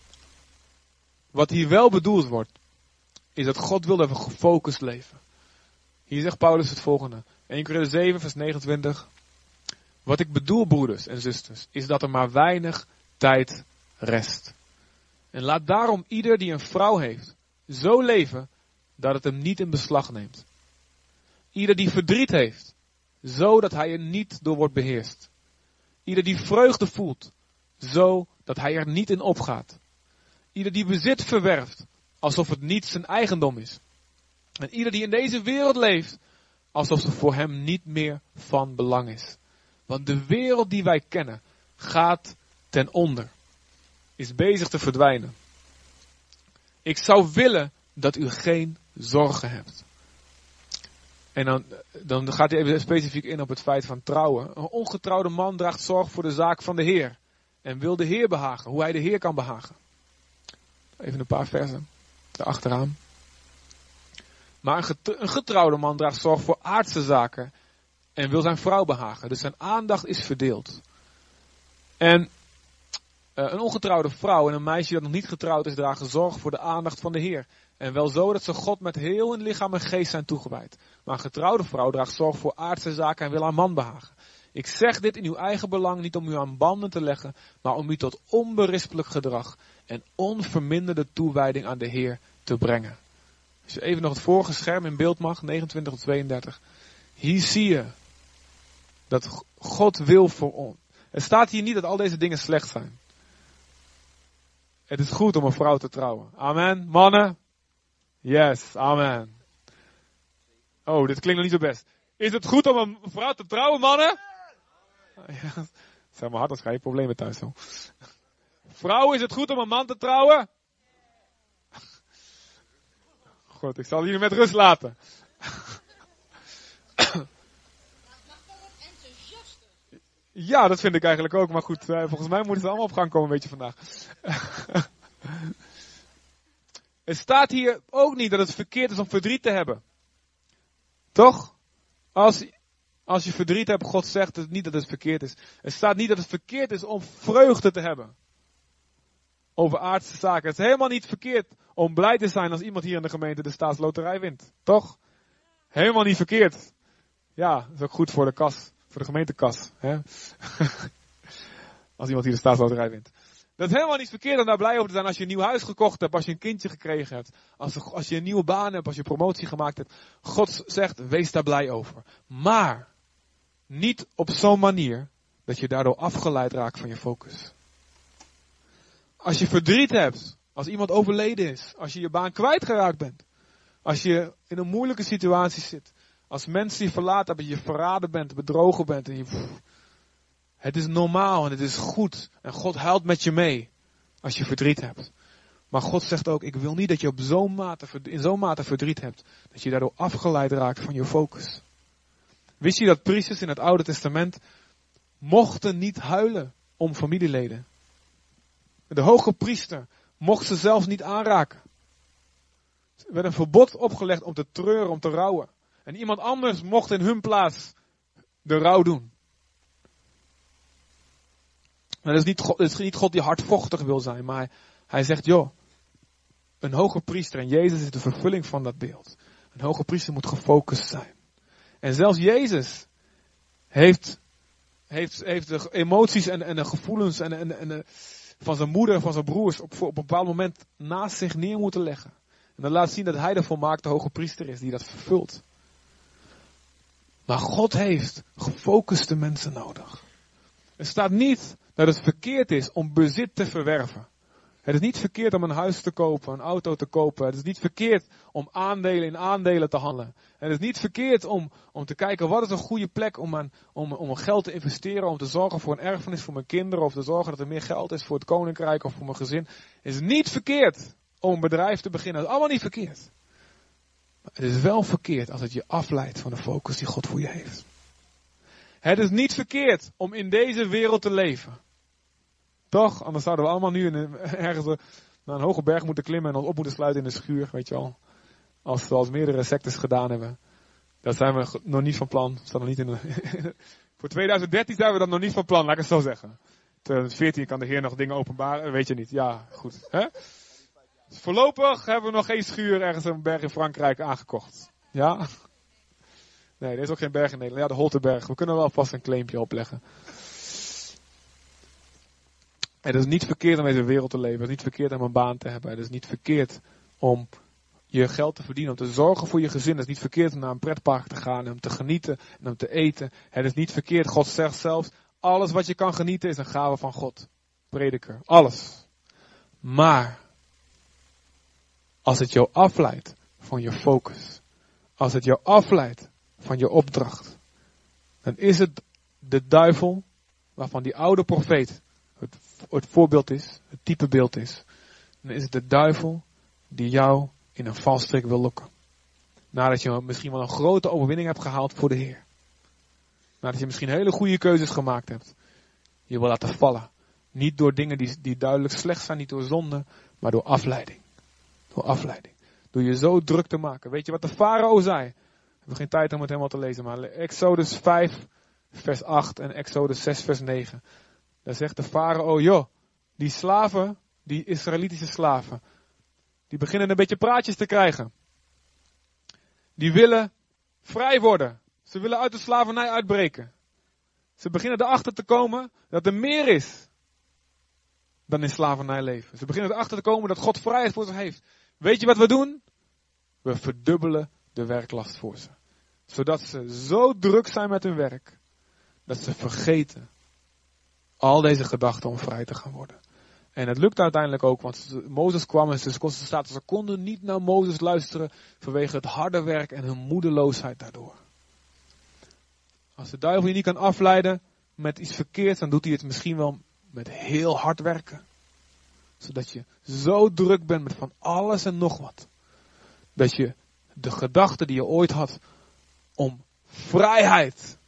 wat hier wel bedoeld wordt, is dat God wil dat we gefocust leven. Hier zegt Paulus het volgende. 1 Korinthe 7 vers 29. Wat ik bedoel, broeders en zusters, is dat er maar weinig tijd rest. En laat daarom ieder die een vrouw heeft, zo leven dat het hem niet in beslag neemt. Ieder die verdriet heeft, zo dat hij er niet door wordt beheerst. Ieder die vreugde voelt, zo dat hij er niet in opgaat. Ieder die bezit verwerft, alsof het niet zijn eigendom is. En ieder die in deze wereld leeft, alsof het voor hem niet meer van belang is. Want de wereld die wij kennen, gaat ten onder. Is bezig te verdwijnen. Ik zou willen dat u geen zorgen hebt. En dan gaat hij even specifiek in op het feit van trouwen. Een ongetrouwde man draagt zorg voor de zaak van de Heer. En wil de Heer behagen. Hoe hij de Heer kan behagen. Even een paar versen erachteraan. Maar een getrouwde man draagt zorg voor aardse zaken. En wil zijn vrouw behagen. Dus zijn aandacht is verdeeld. En een ongetrouwde vrouw en een meisje dat nog niet getrouwd is, dragen zorg voor de aandacht van de Heer. En wel zo dat ze God met heel hun lichaam en geest zijn toegewijd. Maar een getrouwde vrouw draagt zorg voor aardse zaken en wil haar man behagen. Ik zeg dit in uw eigen belang, niet om u aan banden te leggen, maar om u tot onberispelijk gedrag en onverminderde toewijding aan de Heer te brengen. Als je even nog het vorige scherm in beeld mag, 29 tot 32. Hier zie je dat God wil voor ons. Het staat hier niet dat al deze dingen slecht zijn. Het is goed om een vrouw te trouwen. Amen. Mannen? Yes, amen. Oh, dit klinkt nog niet zo best. Is het goed om een vrouw te trouwen, mannen? Ja, zeg maar hard, als ga je problemen thuis zo. Vrouw, is het goed om een man te trouwen? Goed, ik zal jullie met rust laten. Ja, dat vind ik eigenlijk ook. Maar goed, volgens mij moeten ze allemaal op gang komen een beetje vandaag. Het staat hier ook niet dat het verkeerd is om verdriet te hebben. Toch? Als je verdriet hebt, God zegt het niet dat het verkeerd is. Het staat niet dat het verkeerd is om vreugde te hebben. Over aardse zaken. Het is helemaal niet verkeerd om blij te zijn als iemand hier in de gemeente de staatsloterij wint. Toch? Helemaal niet verkeerd. Ja, dat is ook goed voor de kas. Voor de gemeentekas. Hè? Als iemand hier de staatsloterij wint. Dat is helemaal niet verkeerd om daar blij over te zijn als je een nieuw huis gekocht hebt. Als je een kindje gekregen hebt. Als je een nieuwe baan hebt. Als je promotie gemaakt hebt. God zegt, wees daar blij over. Maar niet op zo'n manier dat je daardoor afgeleid raakt van je focus. Als je verdriet hebt. Als iemand overleden is. Als je je baan kwijtgeraakt bent. Als je in een moeilijke situatie zit. Als mensen je verlaten hebben, je verraden bent, bedrogen bent. En het is normaal en het is goed. En God huilt met je mee. Als je verdriet hebt. Maar God zegt ook, ik wil niet dat je in zo'n mate verdriet hebt. Dat je daardoor afgeleid raakt van je focus. Wist je dat priesters in het Oude Testament mochten niet huilen om familieleden? De hoge priester mocht ze zelfs niet aanraken. Er werd een verbod opgelegd om te treuren, om te rouwen. En iemand anders mocht in hun plaats de rouw doen. En het is niet God die hardvochtig wil zijn, maar hij zegt, joh, een hoge priester, en Jezus is de vervulling van dat beeld. Een hoge priester moet gefocust zijn. En zelfs Jezus heeft de emoties en de gevoelens van zijn moeder en van zijn broers op een bepaald moment naast zich neer moeten leggen. En dat laat zien dat hij de volmaakte hoge priester is die dat vervult. Maar God heeft gefocuste mensen nodig. Er staat niet dat het verkeerd is om bezit te verwerven. Het is niet verkeerd om een huis te kopen, een auto te kopen. Het is niet verkeerd om aandelen in aandelen te handelen. Het is niet verkeerd om te kijken wat is een goede plek om geld te investeren. Om te zorgen voor een erfenis voor mijn kinderen. Of te zorgen dat er meer geld is voor het koninkrijk of voor mijn gezin. Het is niet verkeerd om een bedrijf te beginnen. Het is allemaal niet verkeerd. Maar het is wel verkeerd als het je afleidt van de focus die God voor je heeft. Het is niet verkeerd om in deze wereld te leven. Toch? Anders zouden we allemaal nu ergens naar een hoge berg moeten klimmen en ons op moeten sluiten in de schuur, weet je wel. Zoals meerdere sectes gedaan hebben. Dat zijn we nog niet van plan. Staat nog niet in voor 2013 zijn we dat nog niet van plan, laat ik het zo zeggen. 2014 kan de Heer nog dingen openbaren, weet je niet. Ja, goed. Hè? Dus voorlopig hebben we nog geen schuur ergens een berg in Frankrijk aangekocht. Ja? Nee, er is ook geen berg in Nederland. Ja, de Holterberg. We kunnen wel vast een claimpje opleggen. Het is niet verkeerd om in deze wereld te leven. Het is niet verkeerd om een baan te hebben. Het is niet verkeerd om je geld te verdienen. Om te zorgen voor je gezin. Het is niet verkeerd om naar een pretpark te gaan. En om te genieten. En om te eten. Het is niet verkeerd. God zegt zelfs. Alles wat je kan genieten is een gave van God. Prediker. Alles. Maar. Als het jou afleidt van je focus. Als het jou afleidt van je opdracht. Dan is het de duivel. Waarvan die oude profeet het voorbeeld is, het typebeeld is. Dan is het de duivel die jou in een valstrik wil lokken. Nadat je misschien wel een grote overwinning hebt gehaald voor de Heer. Nadat je misschien hele goede keuzes gemaakt hebt. Je wil laten vallen. Niet door dingen die duidelijk slecht zijn, niet door zonde, maar door afleiding. Door afleiding. Door je zo druk te maken. Weet je wat de farao zei? We hebben geen tijd om het helemaal te lezen, maar Exodus 5 vers 8 en Exodus 6 vers 9. Daar zegt de farao, joh, die slaven, die Israëlitische slaven, die beginnen een beetje praatjes te krijgen. Die willen vrij worden. Ze willen uit de slavernij uitbreken. Ze beginnen erachter te komen dat er meer is dan in slavernij leven. Ze beginnen erachter te komen dat God vrijheid voor ze heeft. Weet je wat we doen? We verdubbelen de werklast voor ze. Zodat ze zo druk zijn met hun werk, dat ze vergeten al deze gedachten om vrij te gaan worden. En het lukt uiteindelijk ook, want Mozes kwam en ze konden niet naar Mozes luisteren vanwege het harde werk en hun moedeloosheid daardoor. Als de duivel je niet kan afleiden met iets verkeerds, dan doet hij het misschien wel met heel hard werken. Zodat je zo druk bent met van alles en nog wat. Dat je de gedachte die je ooit had om vrijheid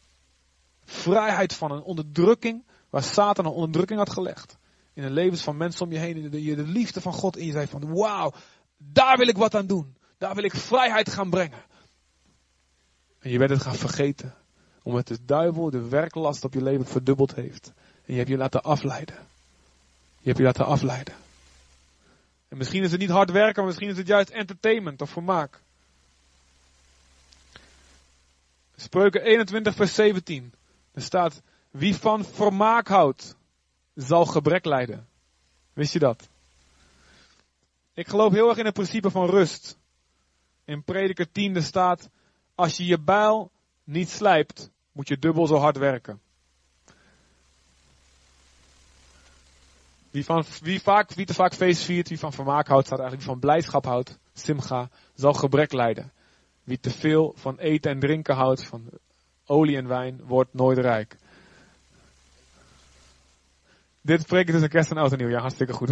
van een onderdrukking, waar Satan een onderdrukking had gelegd. In de levens van mensen om je heen. Je de liefde van God in je zei van wauw, daar wil ik wat aan doen. Daar wil ik vrijheid gaan brengen. En je bent het gaan vergeten. Omdat de duivel de werklast op je leven verdubbeld heeft. En je hebt je laten afleiden. Je hebt je laten afleiden. En misschien is het niet hard werken, maar misschien is het juist entertainment of vermaak. Spreuken 21 vers 17. Er staat, wie van vermaak houdt, zal gebrek lijden. Wist je dat? Ik geloof heel erg in het principe van rust. In Prediker 10 er staat, als je je bijl niet slijpt, moet je dubbel zo hard werken. Wie te vaak feest viert, wie van vermaak houdt, staat eigenlijk wie van blijdschap houdt, simcha, zal gebrek lijden. Wie te veel van eten en drinken houdt, van olie en wijn, wordt nooit rijk. Dit spreek ik tussen kerst en oud en nieuw. Ja, hartstikke goed.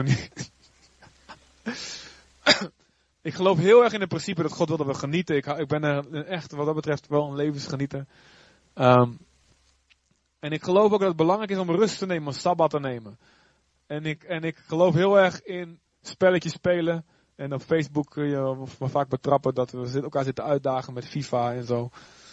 Ik geloof heel erg in het principe dat God wil dat we genieten. Ik ben er echt wat dat betreft wel een levensgenieter. En ik geloof ook dat het belangrijk is om rust te nemen, om sabbat te nemen. En ik geloof heel erg in spelletjes spelen. En op Facebook kun je me vaak betrappen dat we elkaar zitten uitdagen met FIFA en zo.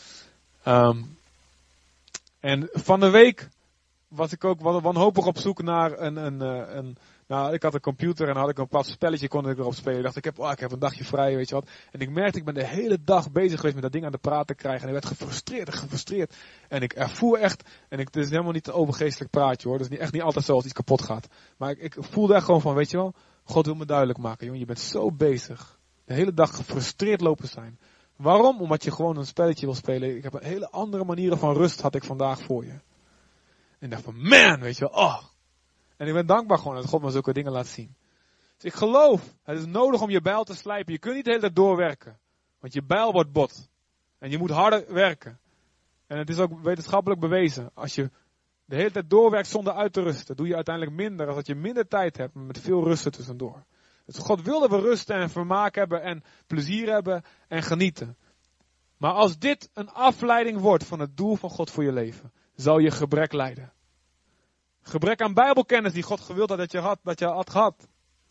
En van de week was ik ook wanhopig op zoek naar ik had een computer en had ik een bepaald spelletje, kon ik erop spelen. Ik dacht, ik heb een dagje vrij, weet je wat. En ik merkte, ik ben de hele dag bezig geweest met dat ding aan de praat te krijgen. En ik werd gefrustreerd. En ik ervoer echt, het is helemaal niet een overgeestelijk praatje hoor. Het is echt niet altijd zo als iets kapot gaat. Maar ik voelde echt gewoon van, weet je wel, God wil me duidelijk maken, jongen, je bent zo bezig De hele dag gefrustreerd lopen zijn. Waarom? Omdat je gewoon een spelletje wil spelen. Ik heb een hele andere manieren van rust had ik vandaag voor je. En ik dacht van, man, weet je wel, oh. En ik ben dankbaar gewoon dat God me zulke dingen laat zien. Dus ik geloof, het is nodig om je bijl te slijpen. Je kunt niet de hele tijd doorwerken. Want je bijl wordt bot. En je moet harder werken. En het is ook wetenschappelijk bewezen. Als je de hele tijd doorwerkt zonder uit te rusten, doe je uiteindelijk minder als dat je minder tijd hebt, maar met veel rusten tussendoor. Dus God wil dat we rusten en vermaak hebben en plezier hebben en genieten. Maar als dit een afleiding wordt van het doel van God voor je leven, zal je gebrek lijden. Gebrek aan bijbelkennis die God gewild had dat je had gehad.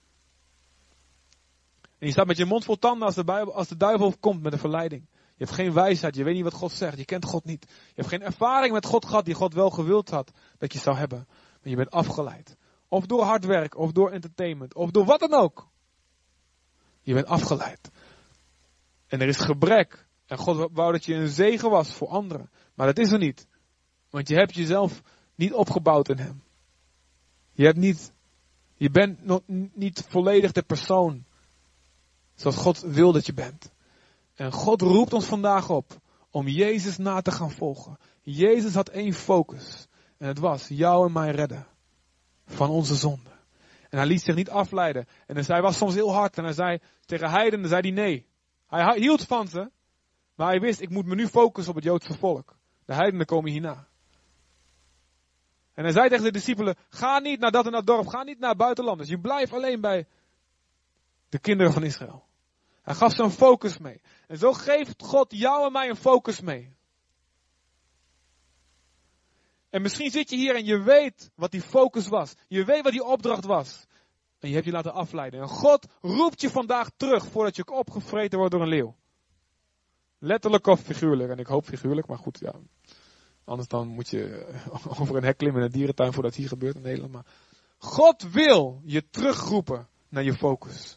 En je staat met je mond vol tanden als de duivel komt met een verleiding. Je hebt geen wijsheid, je weet niet wat God zegt, je kent God niet. Je hebt geen ervaring met God gehad die God wel gewild had dat je zou hebben. Maar je bent afgeleid. Of door hard werk, of door entertainment, of door wat dan ook. Je bent afgeleid. En er is gebrek. En God wou dat je een zegen was voor anderen. Maar dat is er niet. Want je hebt jezelf niet opgebouwd in hem. Je bent nog niet volledig de persoon zoals God wil dat je bent. En God roept ons vandaag op om Jezus na te gaan volgen. Jezus had één focus. En het was jou en mij redden. Van onze zonde. En hij liet zich niet afleiden. En hij was soms heel hard. En hij zei tegen heidenen, zei hij nee. Hij hield van ze. Maar hij wist, ik moet me nu focussen op het Joodse volk. De heidenen komen hierna. En hij zei tegen de discipelen, ga niet naar dat en dat dorp. Ga niet naar buitenlanders. Je blijft alleen bij de kinderen van Israël. Hij gaf ze een focus mee. En zo geeft God jou en mij een focus mee. En misschien zit je hier en je weet wat die focus was. Je weet wat die opdracht was. En je hebt je laten afleiden. En God roept je vandaag terug voordat je opgevreten wordt door een leeuw. Letterlijk of figuurlijk. En ik hoop figuurlijk, maar goed, ja. Anders dan moet je over een hek klimmen in de dierentuin voordat hier gebeurt in Nederland. Maar God wil je terugroepen naar je focus.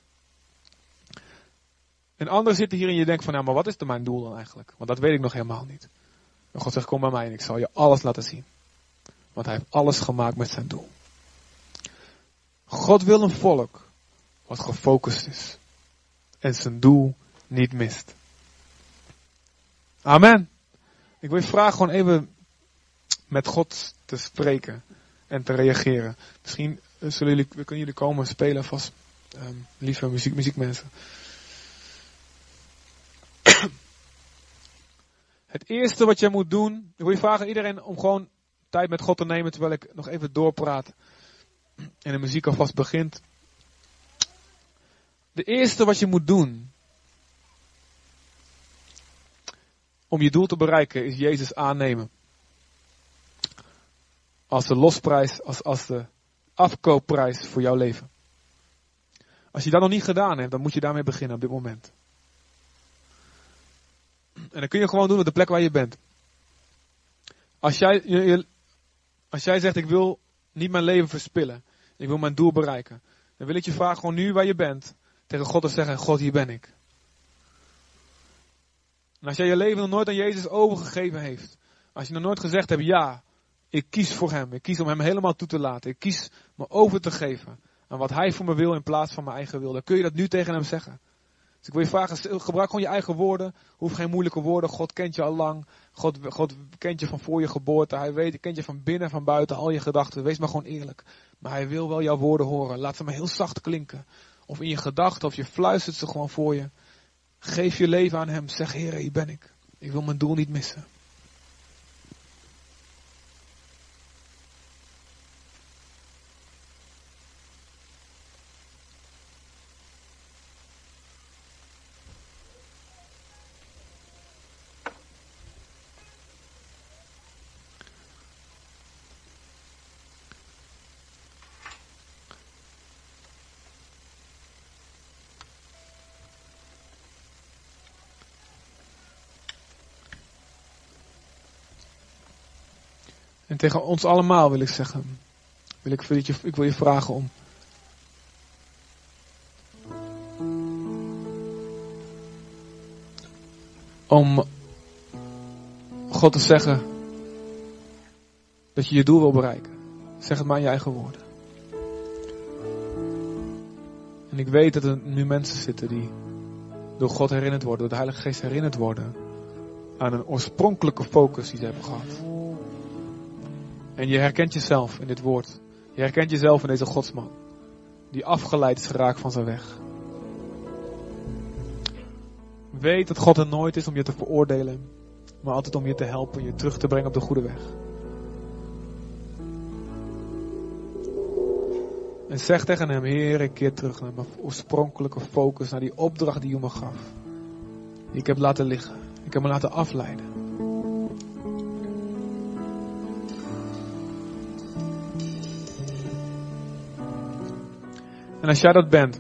En anderen zitten hier en je denkt van, nou, maar wat is dan mijn doel dan eigenlijk? Want dat weet ik nog helemaal niet. En God zegt, kom bij mij en ik zal je alles laten zien. Want hij heeft alles gemaakt met zijn doel. God wil een volk wat gefocust is. En zijn doel niet mist. Amen. Ik wil je vragen gewoon even met God te spreken en te reageren. Misschien kunnen jullie komen spelen vast. Lieve muziekmensen. Het eerste wat je moet doen, ik wil je vragen iedereen om gewoon tijd met God te nemen terwijl ik nog even doorpraat en de muziek alvast begint. De eerste wat je moet doen om je doel te bereiken is Jezus aannemen. Als de losprijs, als de afkoopprijs voor jouw leven. Als je dat nog niet gedaan hebt, dan moet je daarmee beginnen op dit moment. En dan kun je gewoon doen op de plek waar je bent. Als jij zegt, ik wil niet mijn leven verspillen. Ik wil mijn doel bereiken. Dan wil ik je vragen, gewoon nu waar je bent, tegen God te zeggen, God, hier ben ik. En als jij je leven nog nooit aan Jezus overgegeven heeft. Als je nog nooit gezegd hebt, ja, ik kies voor hem. Ik kies om hem helemaal toe te laten. Ik kies me over te geven aan wat hij voor me wil in plaats van mijn eigen wil. Dan kun je dat nu tegen hem zeggen. Dus ik wil je vragen, gebruik gewoon je eigen woorden. Hoef geen moeilijke woorden. God kent je al lang. God kent je van voor je geboorte. Hij kent je van binnen en van buiten. Al je gedachten. Wees maar gewoon eerlijk. Maar hij wil wel jouw woorden horen. Laat ze maar heel zacht klinken. Of in je gedachten. Of je fluistert ze gewoon voor je. Geef je leven aan hem. Zeg, Heer, hier ben ik. Ik wil mijn doel niet missen. En tegen ons allemaal wil ik zeggen. Ik wil je vragen om God te zeggen dat je je doel wil bereiken. Zeg het maar in je eigen woorden. En ik weet dat er nu mensen zitten die door God herinnerd worden, door de Heilige Geest herinnerd worden aan een oorspronkelijke focus die ze hebben gehad. En je herkent jezelf in dit woord. Je herkent jezelf in deze godsman, die afgeleid is geraakt van zijn weg. Weet dat God er nooit is om je te veroordelen, maar altijd om je te helpen, je terug te brengen op de goede weg. En zeg tegen hem, Heer, ik keer terug naar mijn oorspronkelijke focus, naar die opdracht die u me gaf. Die ik heb laten liggen. Ik heb me laten afleiden. En als jij dat bent,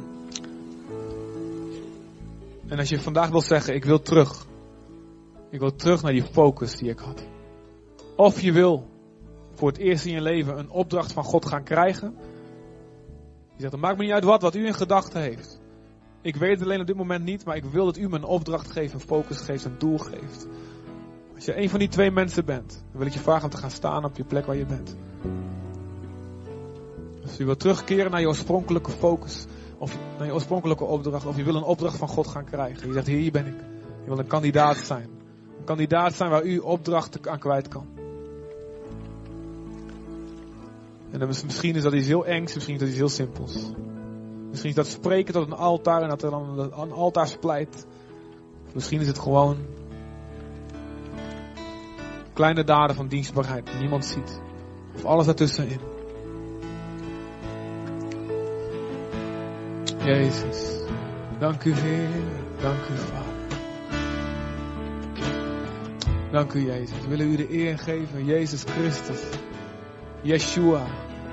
en als je vandaag wil zeggen, ik wil terug. Ik wil terug naar die focus die ik had. Of je wil voor het eerst in je leven een opdracht van God gaan krijgen. Je zegt, het maakt me niet uit wat u in gedachten heeft. Ik weet het alleen op dit moment niet, maar ik wil dat u me een opdracht geeft, een focus geeft, een doel geeft. Als je een van die twee mensen bent, dan wil ik je vragen om te gaan staan op je plek waar je bent. Als u wil terugkeren naar je oorspronkelijke focus, of naar je oorspronkelijke opdracht, of je wil een opdracht van God gaan krijgen. Je zegt, hier ben ik. Je wil een kandidaat zijn. Een kandidaat zijn waar u opdrachten aan kwijt kan. En dan misschien is dat iets heel engs, misschien is dat iets heel simpels. Misschien is dat spreken tot een altaar en dat er dan een altaar splijt. Misschien is het gewoon kleine daden van dienstbaarheid die niemand ziet. Of alles daartussenin. Jezus, dank u Heer, dank u Vader. Dank u Jezus, we willen u de eer geven, Jezus Christus, Yeshua,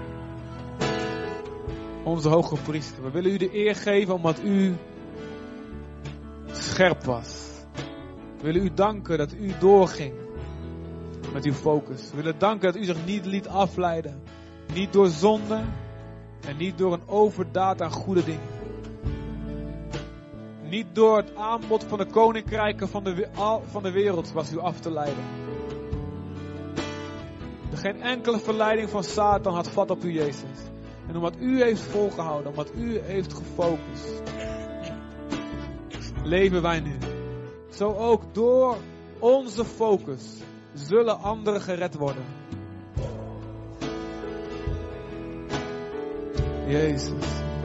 onze hoge priester. We willen u de eer geven omdat u scherp was. We willen u danken dat u doorging met uw focus. We willen danken dat u zich niet liet afleiden, niet door zonde en niet door een overdaad aan goede dingen. Niet door het aanbod van de koninkrijken van de wereld was u af te leiden. Geen enkele verleiding van Satan had vat op u, Jezus. En omdat u heeft volgehouden, omdat u heeft gefocust, leven wij nu. Zo ook door onze focus zullen anderen gered worden. Jezus.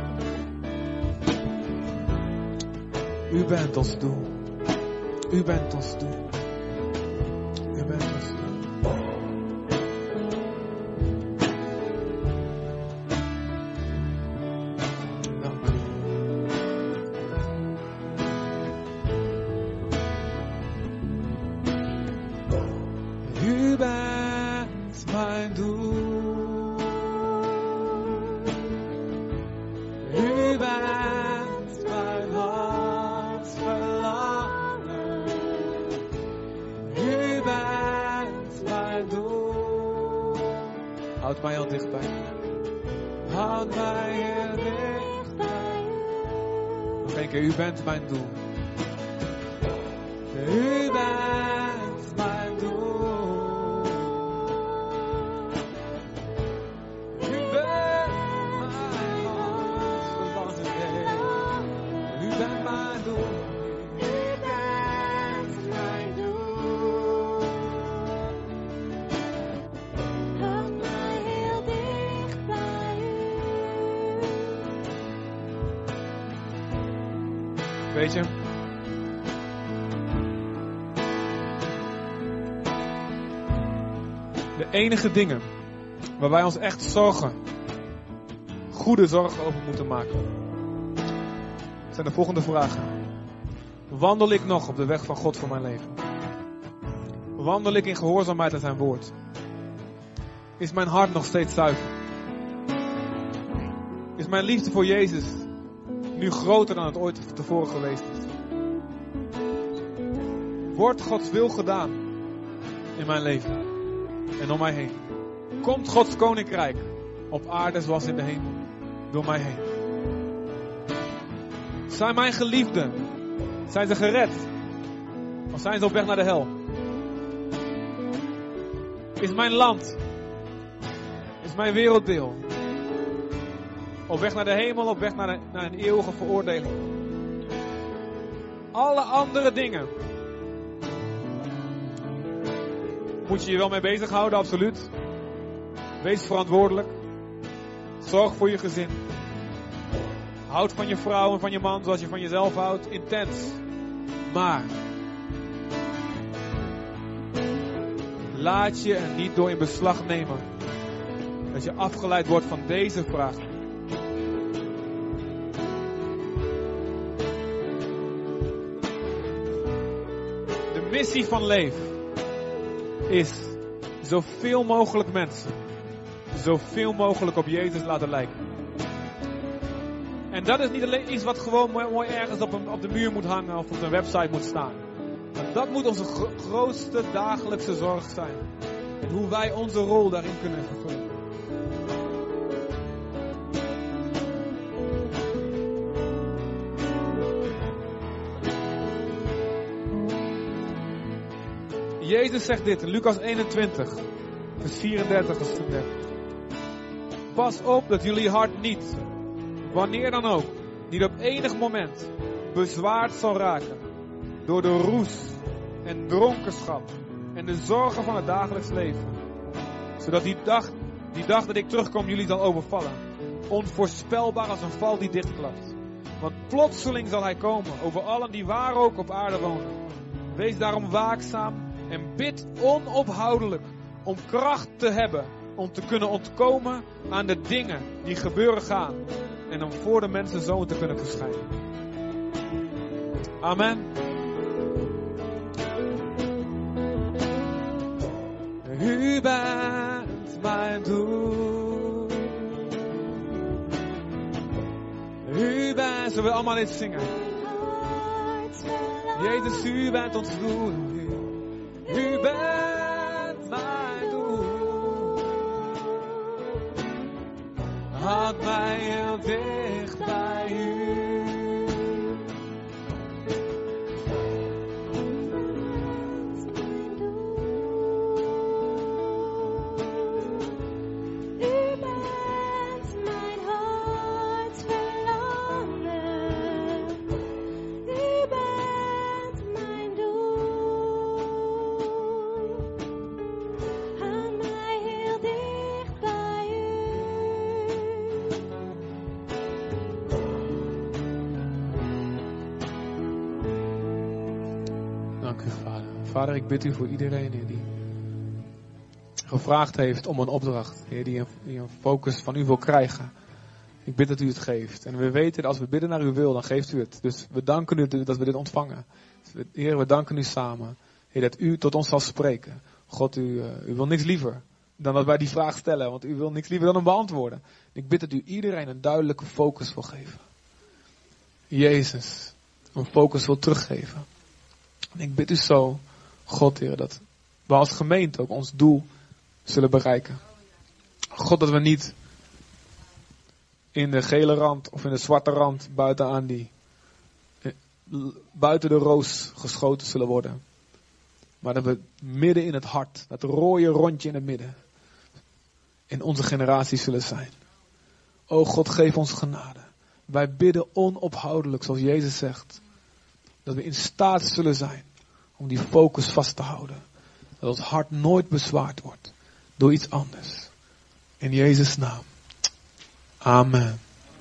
U bent ons doel. U bent ons doel. U bent ons doel. Dank u. U bent mijn doel. U bent mijn hart verlangen. U bent mijn doel. Houd mij heel dichtbij. Houd mij heel dichtbij. Nog een keer, u bent mijn doel. U bent mijn doel. U bent mijn hart verlangen. U bent mijn doel. U bent mijn doel. Houd mij heel dicht bij u. Weet je? De enige dingen waar wij ons echt goede zorgen over moeten maken, zijn de volgende vragen. Wandel ik nog op de weg van God voor mijn leven? Wandel ik in gehoorzaamheid aan zijn woord? Is mijn hart nog steeds zuiver? Is mijn liefde voor Jezus nu groter dan het ooit tevoren geweest is? Wordt Gods wil gedaan in mijn leven en om mij heen? Komt Gods koninkrijk op aarde zoals in de hemel door mij heen? Zijn mijn geliefden, zijn ze gered? Of zijn ze op weg naar de hel? Is mijn land, is mijn werelddeel op weg naar de hemel, op weg naar een eeuwige veroordeling? Alle andere dingen moet je je wel mee bezighouden, absoluut. Wees verantwoordelijk. Zorg voor je gezin. Houd van je vrouw en van je man zoals je van jezelf houdt. Intens. Maar laat je er niet door in beslag nemen dat je afgeleid wordt van deze vraag. De missie van Leef is zoveel mogelijk mensen zoveel mogelijk op Jezus laten lijken. En dat is niet alleen iets wat gewoon mooi ergens op de muur moet hangen of op een website moet staan. Maar dat moet onze grootste dagelijkse zorg zijn. En hoe wij onze rol daarin kunnen vervullen. Jezus zegt dit in Lucas 21, vers 34 tot 30. Pas op dat jullie hart niet, wanneer dan ook, niet op enig moment bezwaard zal raken door de roes en dronkenschap en de zorgen van het dagelijks leven. Zodat die dag dat ik terugkom jullie zal overvallen. Onvoorspelbaar als een val die dichtklapt. Want plotseling zal hij komen over allen die waar ook op aarde wonen. Wees daarom waakzaam en bid onophoudelijk om kracht te hebben om te kunnen ontkomen aan de dingen die gebeuren gaan. En om voor de mensenzoon te kunnen verschijnen. Amen. U bent mijn doel. U bent, zullen we allemaal dit zingen? Jezus, u bent ons doel. U bent mijn doel. Houd mij heel dicht bij u. Vader, ik bid u voor iedereen, Heer, die gevraagd heeft om een opdracht. Heer, die een focus van u wil krijgen. Ik bid dat u het geeft. En we weten dat als we bidden naar uw wil, dan geeft u het. Dus we danken u dat we dit ontvangen. Heer, we danken u samen. Heer, dat u tot ons zal spreken. God, u wil niks liever dan dat wij die vraag stellen. Want u wil niks liever dan hem beantwoorden. Ik bid dat u iedereen een duidelijke focus wil geven. Jezus, een focus wil teruggeven. En ik bid u zo, God, Heer, dat we als gemeente ook ons doel zullen bereiken. God, dat we niet in de gele rand of in de zwarte rand buiten de roos geschoten zullen worden. Maar dat we midden in het hart, dat rode rondje in het midden, in onze generatie zullen zijn. O God, geef ons genade. Wij bidden onophoudelijk, zoals Jezus zegt, dat we in staat zullen zijn om die focus vast te houden. Dat ons hart nooit bezwaard wordt door iets anders. In Jezus' naam. Amen.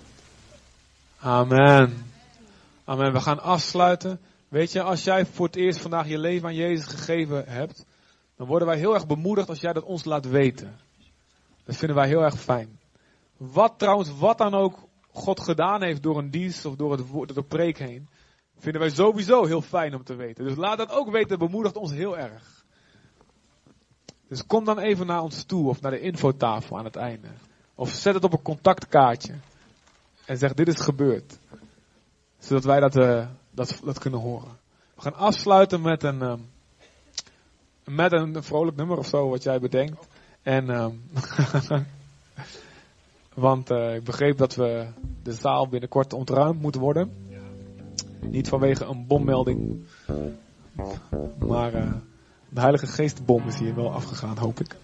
Amen. Amen. We gaan afsluiten. Weet je, als jij voor het eerst vandaag je leven aan Jezus gegeven hebt, dan worden wij heel erg bemoedigd als jij dat ons laat weten. Dat vinden wij heel erg fijn. Wat dan ook God gedaan heeft door een dienst of door de preek heen, vinden wij sowieso heel fijn om te weten. Dus laat dat ook weten, bemoedigt ons heel erg. Dus kom dan even naar ons toe of naar de infotafel aan het einde. Of zet het op een contactkaartje. En zeg, dit is gebeurd. Zodat wij dat kunnen horen. We gaan afsluiten met een vrolijk nummer of zo, wat jij bedenkt. En want ik begreep dat de zaal binnenkort ontruimd moet worden. Niet vanwege een bommelding. Maar de Heilige Geestbom is hier wel afgegaan, hoop ik.